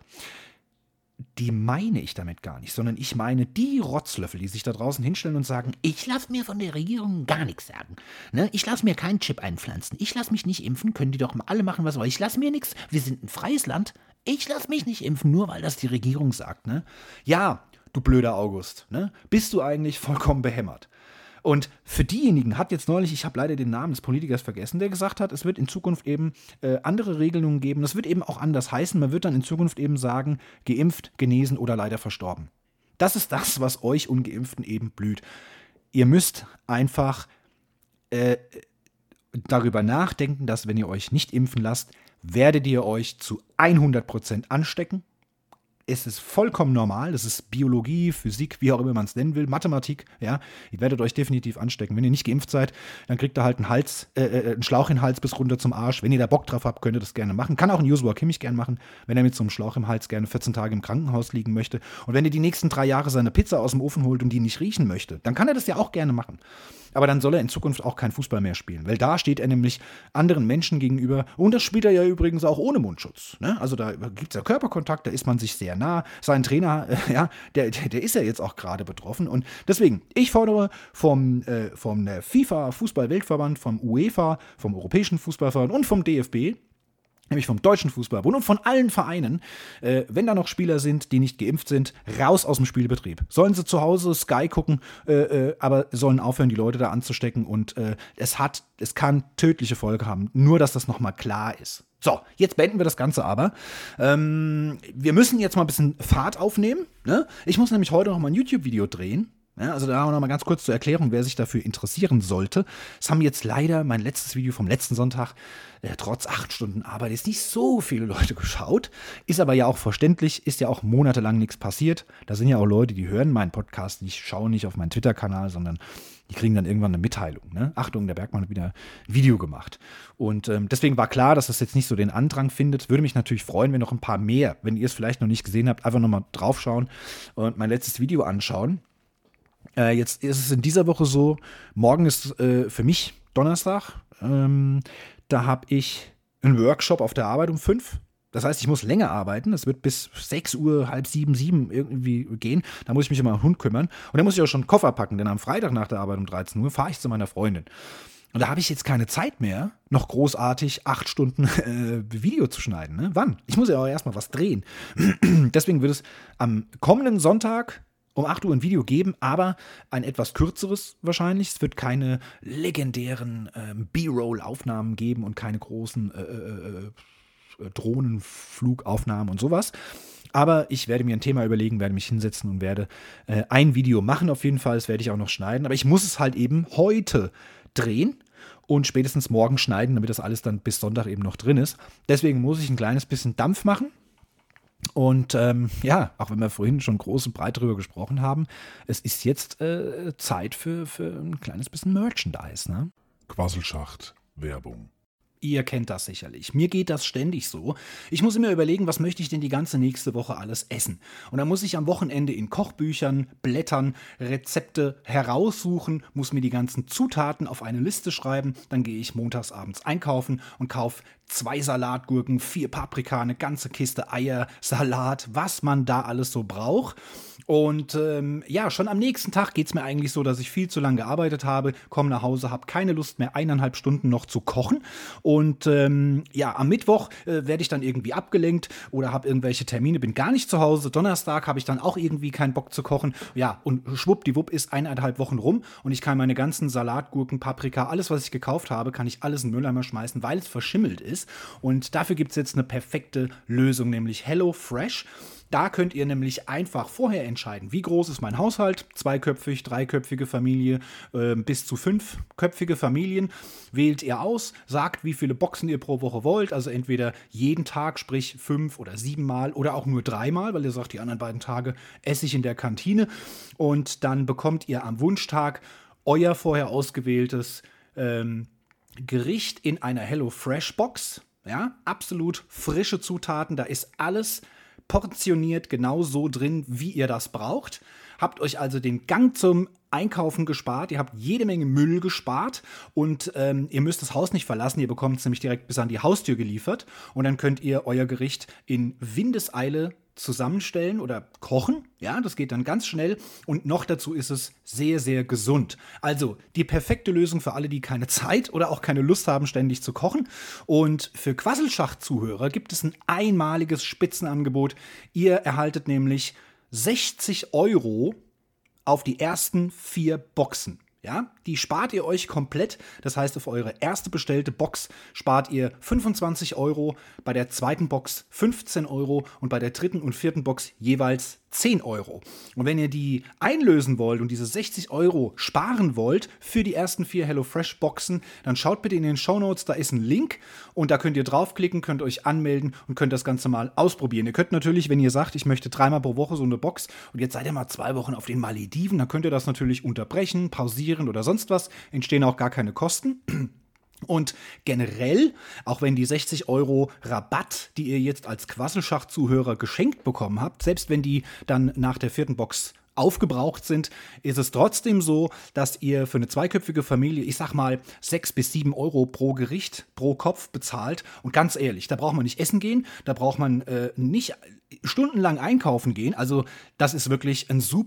Die meine ich damit gar nicht, sondern ich meine die Rotzlöffel, die sich da draußen hinstellen und sagen, ich lasse mir von der Regierung gar nichts sagen. Ne? Ich lasse mir keinen Chip einpflanzen. Ich lasse mich nicht impfen, können die doch alle machen, was wollen. Ich lasse mir nichts. Wir sind ein freies Land. Ich lasse mich nicht impfen, nur weil das die Regierung sagt. Ne? Ja, du blöder August, ne? Bist du eigentlich vollkommen behämmert. Und für diejenigen hat jetzt neulich, ich habe leider den Namen des Politikers vergessen, der gesagt hat, es wird in Zukunft eben äh, andere Regelungen geben. Das wird eben auch anders heißen. Man wird dann in Zukunft eben sagen, geimpft, genesen oder leider verstorben. Das ist das, was euch Ungeimpften eben blüht. Ihr müsst einfach äh, darüber nachdenken, dass wenn ihr euch nicht impfen lasst, werdet ihr euch zu hundert Prozent anstecken. Es ist vollkommen normal, das ist Biologie, Physik, wie auch immer man es nennen will, Mathematik, ja, ihr werdet euch definitiv anstecken. Wenn ihr nicht geimpft seid, dann kriegt ihr halt einen Hals, äh, einen Schlauch in den Hals bis runter zum Arsch. Wenn ihr da Bock drauf habt, könnt ihr das gerne machen. Kann auch ein Joshua Kimmich gerne machen, wenn er mit so einem Schlauch im Hals gerne vierzehn Tage im Krankenhaus liegen möchte. Und wenn er die nächsten drei Jahre seine Pizza aus dem Ofen holt und die nicht riechen möchte, dann kann er das ja auch gerne machen. Aber dann soll er in Zukunft auch kein Fußball mehr spielen, weil da steht er nämlich anderen Menschen gegenüber und das spielt er ja übrigens auch ohne Mundschutz. Ne? Also da gibt es ja Körperkontakt, da ist man sich sehr nah. Sein Trainer, äh, ja, der, der, der ist ja jetzt auch gerade betroffen und deswegen, ich fordere vom, äh, vom FIFA Fußball-Weltverband, vom UEFA, vom Europäischen Fußballverband und vom D F B nämlich vom Deutschen Fußballbund und von allen Vereinen, äh, wenn da noch Spieler sind, die nicht geimpft sind, raus aus dem Spielbetrieb. Sollen sie zu Hause Sky gucken, äh, äh, aber sollen aufhören, die Leute da anzustecken. Und äh, es hat, es kann tödliche Folgen haben. Nur, dass das nochmal klar ist. So, jetzt beenden wir das Ganze aber. Ähm, wir müssen jetzt mal ein bisschen Fahrt aufnehmen. Ne? Ich muss nämlich heute noch mal ein YouTube-Video drehen. Ja, also da noch mal ganz kurz zur Erklärung, wer sich dafür interessieren sollte. Es haben jetzt leider mein letztes Video vom letzten Sonntag, äh, trotz acht Stunden Arbeit, ist nicht so viele Leute geschaut. Ist aber ja auch verständlich, ist ja auch monatelang nichts passiert. Da sind ja auch Leute, die hören meinen Podcast, die schauen nicht auf meinen Twitter-Kanal, sondern die kriegen dann irgendwann eine Mitteilung. Ne? Achtung, der Bergmann hat wieder ein Video gemacht. Und ähm, deswegen war klar, dass das jetzt nicht so den Andrang findet. Würde mich natürlich freuen, wenn noch ein paar mehr, wenn ihr es vielleicht noch nicht gesehen habt, einfach nochmal draufschauen und mein letztes Video anschauen. Äh, jetzt ist es in dieser Woche so, morgen ist äh, für mich Donnerstag, ähm, da habe ich einen Workshop auf der Arbeit um fünf. Das heißt, ich muss länger arbeiten, das wird bis sechs Uhr, halb sieben, sieben irgendwie gehen. Da muss ich mich um meinen Hund kümmern und dann muss ich auch schon einen Koffer packen, denn am Freitag nach der Arbeit um dreizehn Uhr fahre ich zu meiner Freundin. Und da habe ich jetzt keine Zeit mehr, noch großartig acht Stunden äh, Video zu schneiden. Ne? Wann? Ich muss ja auch erstmal was drehen. Deswegen wird es am kommenden Sonntag um acht Uhr ein Video geben, aber ein etwas kürzeres wahrscheinlich. Es wird keine legendären ähm, B-Roll-Aufnahmen geben und keine großen äh, äh, Drohnenflugaufnahmen und sowas. Aber ich werde mir ein Thema überlegen, werde mich hinsetzen und werde äh, ein Video machen auf jeden Fall. Das werde ich auch noch schneiden. Aber ich muss es halt eben heute drehen und spätestens morgen schneiden, damit das alles dann bis Sonntag eben noch drin ist. Deswegen muss ich ein kleines bisschen Dampf machen. Und ähm, ja, auch wenn wir vorhin schon groß und breit drüber gesprochen haben, es ist jetzt äh, Zeit für, für ein kleines bisschen Merchandise, ne? Quasselschacht, Werbung. Ihr kennt das sicherlich. Mir geht das ständig so. Ich muss immer überlegen, was möchte ich denn die ganze nächste Woche alles essen? Und dann muss ich am Wochenende in Kochbüchern blättern, Rezepte heraussuchen, muss mir die ganzen Zutaten auf eine Liste schreiben. Dann gehe ich montags abends einkaufen und kaufe zwei Salatgurken, vier Paprika, eine ganze Kiste Eier, Salat, was man da alles so braucht. Und ähm, ja, schon am nächsten Tag geht es mir eigentlich so, dass ich viel zu lange gearbeitet habe, komme nach Hause, habe keine Lust mehr, eineinhalb Stunden noch zu kochen. Und ähm, ja, am Mittwoch äh, werde ich dann irgendwie abgelenkt oder habe irgendwelche Termine, bin gar nicht zu Hause. Donnerstag habe ich dann auch irgendwie keinen Bock zu kochen. Ja, und schwuppdiwupp ist eineinhalb Wochen rum und ich kann meine ganzen Salatgurken, Paprika, alles, was ich gekauft habe, kann ich alles in den Mülleimer schmeißen, weil es verschimmelt ist. Und dafür gibt es jetzt eine perfekte Lösung, nämlich HelloFresh. Da könnt ihr nämlich einfach vorher entscheiden, wie groß ist mein Haushalt, zweiköpfig, dreiköpfige Familie, äh, bis zu fünfköpfige Familien. Wählt ihr aus, sagt, wie viele Boxen ihr pro Woche wollt, also entweder jeden Tag, sprich fünf oder siebenmal oder auch nur dreimal, weil ihr sagt, die anderen beiden Tage esse ich in der Kantine. Und dann bekommt ihr am Wunschtag euer vorher ausgewähltes ähm, Gericht in einer HelloFresh-Box. Ja, absolut frische Zutaten, da ist alles portioniert genau so drin, wie ihr das braucht. Habt euch also den Gang zum Einkaufen gespart, ihr habt jede Menge Müll gespart und ähm, ihr müsst das Haus nicht verlassen, ihr bekommt es nämlich direkt bis an die Haustür geliefert und dann könnt ihr euer Gericht in Windeseile zusammenstellen oder kochen. Ja, das geht dann ganz schnell und noch dazu ist es sehr, sehr gesund. Also die perfekte Lösung für alle, die keine Zeit oder auch keine Lust haben, ständig zu kochen. Und für Quasselschacht-Zuhörer gibt es ein einmaliges Spitzenangebot. Ihr erhaltet nämlich sechzig Euro auf die ersten vier Boxen. Ja, die spart ihr euch komplett. Das heißt, auf eure erste bestellte Box spart ihr fünfundzwanzig Euro, bei der zweiten Box fünfzehn Euro und bei der dritten und vierten Box jeweils zehn Euro. Und wenn ihr die einlösen wollt und diese sechzig Euro sparen wollt für die ersten vier HelloFresh-Boxen, dann schaut bitte in den Shownotes, da ist ein Link und da könnt ihr draufklicken, könnt euch anmelden und könnt das Ganze mal ausprobieren. Ihr könnt natürlich, wenn ihr sagt, ich möchte dreimal pro Woche so eine Box und jetzt seid ihr mal zwei Wochen auf den Malediven, dann könnt ihr das natürlich unterbrechen, pausieren oder sonst was, entstehen auch gar keine Kosten. Und generell, auch wenn die sechzig Euro Rabatt, die ihr jetzt als Quasselschacht-Zuhörer geschenkt bekommen habt, selbst wenn die dann nach der vierten Box aufgebraucht sind, ist es trotzdem so, dass ihr für eine zweiköpfige Familie, ich sag mal, sechs bis sieben Euro pro Gericht, pro Kopf bezahlt. Und ganz ehrlich, da braucht man nicht essen gehen, da braucht man äh, nicht stundenlang einkaufen gehen. Also das ist wirklich ein super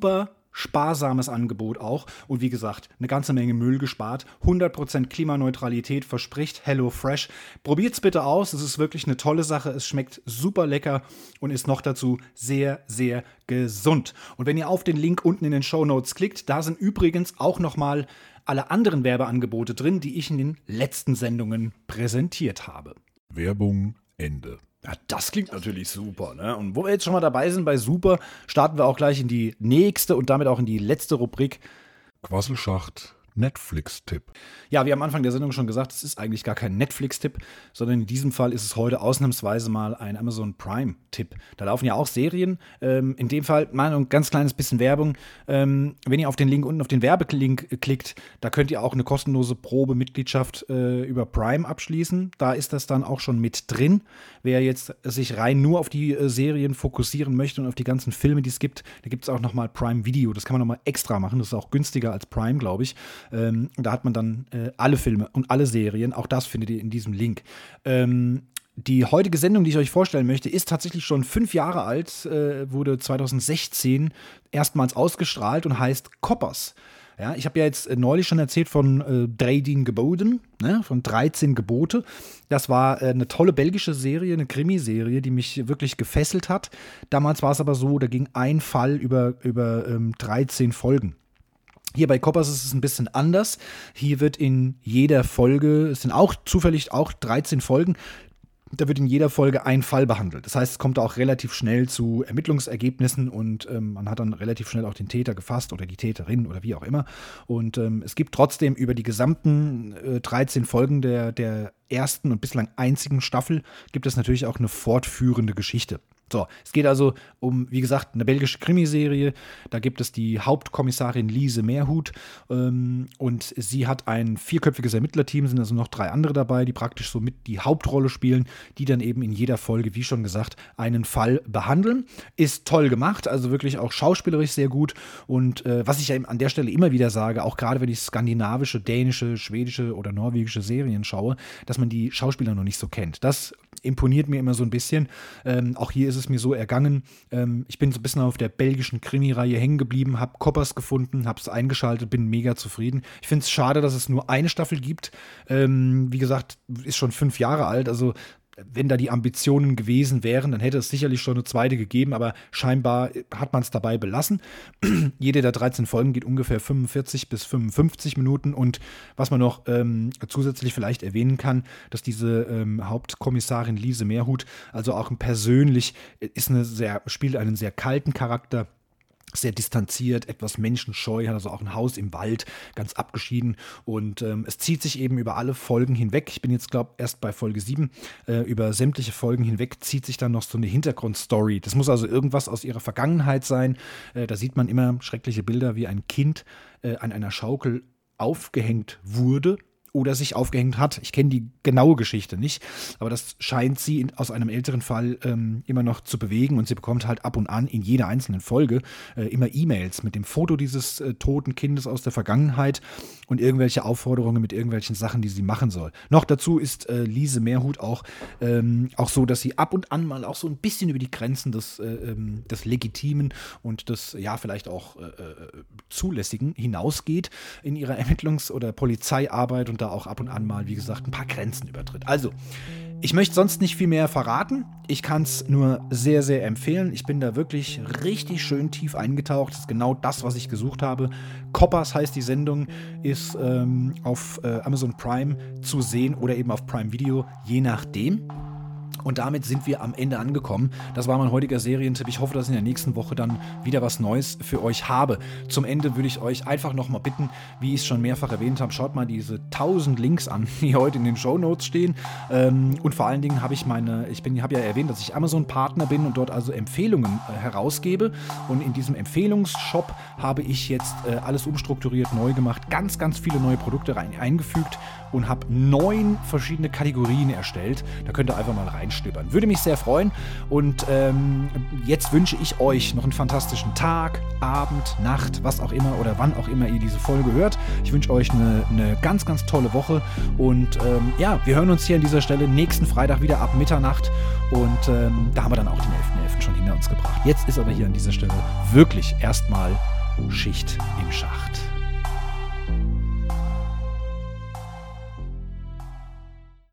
sparsames Angebot auch und wie gesagt, eine ganze Menge Müll gespart. hundert Prozent Klimaneutralität verspricht HelloFresh. Probiert's bitte aus, es ist wirklich eine tolle Sache. Es schmeckt super lecker und ist noch dazu sehr, sehr gesund. Und wenn ihr auf den Link unten in den Shownotes klickt, da sind übrigens auch nochmal alle anderen Werbeangebote drin, die ich in den letzten Sendungen präsentiert habe. Werbung Ende. Ja, das klingt natürlich super, ne? Und wo wir jetzt schon mal dabei sind bei super, starten wir auch gleich in die nächste und damit auch in die letzte Rubrik. Quasselschacht Netflix-Tipp. Ja, wie am Anfang der Sendung schon gesagt, es ist eigentlich gar kein Netflix-Tipp, sondern in diesem Fall ist es heute ausnahmsweise mal ein Amazon Prime-Tipp. Da laufen ja auch Serien. Ähm, in dem Fall mal ein ganz kleines bisschen Werbung. Ähm, wenn ihr auf den Link unten, auf den Werbelink klickt, da könnt ihr auch eine kostenlose Probemitgliedschaft äh, über Prime abschließen. Da ist das dann auch schon mit drin. Wer jetzt sich rein nur auf die äh, Serien fokussieren möchte und auf die ganzen Filme, die es gibt, da gibt es auch nochmal Prime Video. Das kann man nochmal extra machen. Das ist auch günstiger als Prime, glaube ich. Ähm, da hat man dann äh, alle Filme und alle Serien. Auch das findet ihr in diesem Link. Ähm, die heutige Sendung, die ich euch vorstellen möchte, ist tatsächlich schon fünf Jahre alt, äh, wurde zwanzig sechzehn erstmals ausgestrahlt und heißt Koppers. Ja, ich habe ja jetzt äh, neulich schon erzählt von äh, dreizehn Geboten, ne, von dreizehn Gebote. Das war äh, eine tolle belgische Serie, eine Krimiserie, die mich wirklich gefesselt hat. Damals war es aber so, da ging ein Fall über, über ähm, dreizehn Folgen. Hier bei Koppers ist es ein bisschen anders. Hier wird in jeder Folge, es sind auch zufällig auch dreizehn Folgen, da wird in jeder Folge ein Fall behandelt. Das heißt, es kommt auch relativ schnell zu Ermittlungsergebnissen und ähm, man hat dann relativ schnell auch den Täter gefasst oder die Täterin oder wie auch immer. Und ähm, es gibt trotzdem über die gesamten äh, dreizehn Folgen der, der ersten und bislang einzigen Staffel gibt es natürlich auch eine fortführende Geschichte. So, es geht also um, wie gesagt, eine belgische Krimiserie. Da gibt es die Hauptkommissarin Lise Meerhout ähm, und sie hat ein vierköpfiges Ermittlerteam, sind also noch drei andere dabei, die praktisch so mit die Hauptrolle spielen, die dann eben in jeder Folge, wie schon gesagt, einen Fall behandeln. Ist toll gemacht, also wirklich auch schauspielerisch sehr gut und äh, was ich ja an der Stelle immer wieder sage, auch gerade wenn ich skandinavische, dänische, schwedische oder norwegische Serien schaue, dass man die Schauspieler noch nicht so kennt. Das imponiert mir immer so ein bisschen. Ähm, auch hier ist es mir so ergangen. Ähm, ich bin so ein bisschen auf der belgischen Krimireihe hängen geblieben, habe Koppers gefunden, habe es eingeschaltet, bin mega zufrieden. Ich finde es schade, dass es nur eine Staffel gibt. Ähm, wie gesagt, ist schon fünf Jahre alt, also wenn da die Ambitionen gewesen wären, dann hätte es sicherlich schon eine zweite gegeben, aber scheinbar hat man es dabei belassen. Jede der dreizehn Folgen geht ungefähr fünfundvierzig bis fünfundfünfzig Minuten und was man noch ähm, zusätzlich vielleicht erwähnen kann, dass diese ähm, Hauptkommissarin Lise Meerhout also auch persönlich ist eine sehr, spielt einen sehr kalten Charakter. Sehr distanziert, etwas menschenscheu, hat also auch ein Haus im Wald, ganz abgeschieden und ähm, es zieht sich eben über alle Folgen hinweg. Ich bin jetzt, glaube ich, erst bei Folge sieben. Äh, über sämtliche Folgen hinweg zieht sich dann noch so eine Hintergrundstory. Das muss also irgendwas aus ihrer Vergangenheit sein. Äh, da sieht man immer schreckliche Bilder, wie ein Kind äh, an einer Schaukel aufgehängt wurde. Oder sich aufgehängt hat. Ich kenne die genaue Geschichte nicht, aber das scheint sie in, aus einem älteren Fall ähm, immer noch zu bewegen und sie bekommt halt ab und an in jeder einzelnen Folge äh, immer E-Mails mit dem Foto dieses äh, toten Kindes aus der Vergangenheit und irgendwelche Aufforderungen mit irgendwelchen Sachen, die sie machen soll. Noch dazu ist äh, Lise Meerhout auch, ähm, auch so, dass sie ab und an mal auch so ein bisschen über die Grenzen des, äh, des Legitimen und des, ja, vielleicht auch äh, Zulässigen hinausgeht in ihrer Ermittlungs- oder Polizeiarbeit und da auch ab und an mal, wie gesagt, ein paar Grenzen übertritt. Also, ich möchte sonst nicht viel mehr verraten. Ich kann es nur sehr, sehr empfehlen. Ich bin da wirklich richtig schön tief eingetaucht. Das ist genau das, was ich gesucht habe. Koppers heißt die Sendung, ist ähm, auf äh, Amazon Prime zu sehen oder eben auf Prime Video, je nachdem. Und damit sind wir am Ende angekommen. Das war mein heutiger Serientipp. Ich hoffe, dass ich in der nächsten Woche dann wieder was Neues für euch habe. Zum Ende würde ich euch einfach nochmal bitten, wie ich es schon mehrfach erwähnt habe, schaut mal diese tausend Links an, die heute in den Shownotes stehen. Und vor allen Dingen habe ich meine, ich bin, habe ja erwähnt, dass ich Amazon-Partner bin und dort also Empfehlungen äh, herausgebe. Und in diesem Empfehlungsshop habe ich jetzt äh, alles umstrukturiert, neu gemacht, ganz, ganz viele neue Produkte rein, eingefügt und habe neun verschiedene Kategorien erstellt. Da könnt ihr einfach mal reinstöbern. Würde mich sehr freuen. Und ähm, jetzt wünsche ich euch noch einen fantastischen Tag, Abend, Nacht, was auch immer oder wann auch immer ihr diese Folge hört. Ich wünsche euch eine, eine ganz, ganz tolle Woche. Und ähm, ja, wir hören uns hier an dieser Stelle nächsten Freitag wieder ab Mitternacht. Und ähm, da haben wir dann auch den elften elften schon hinter uns gebracht. Jetzt ist aber hier an dieser Stelle wirklich erstmal Schicht im Schacht.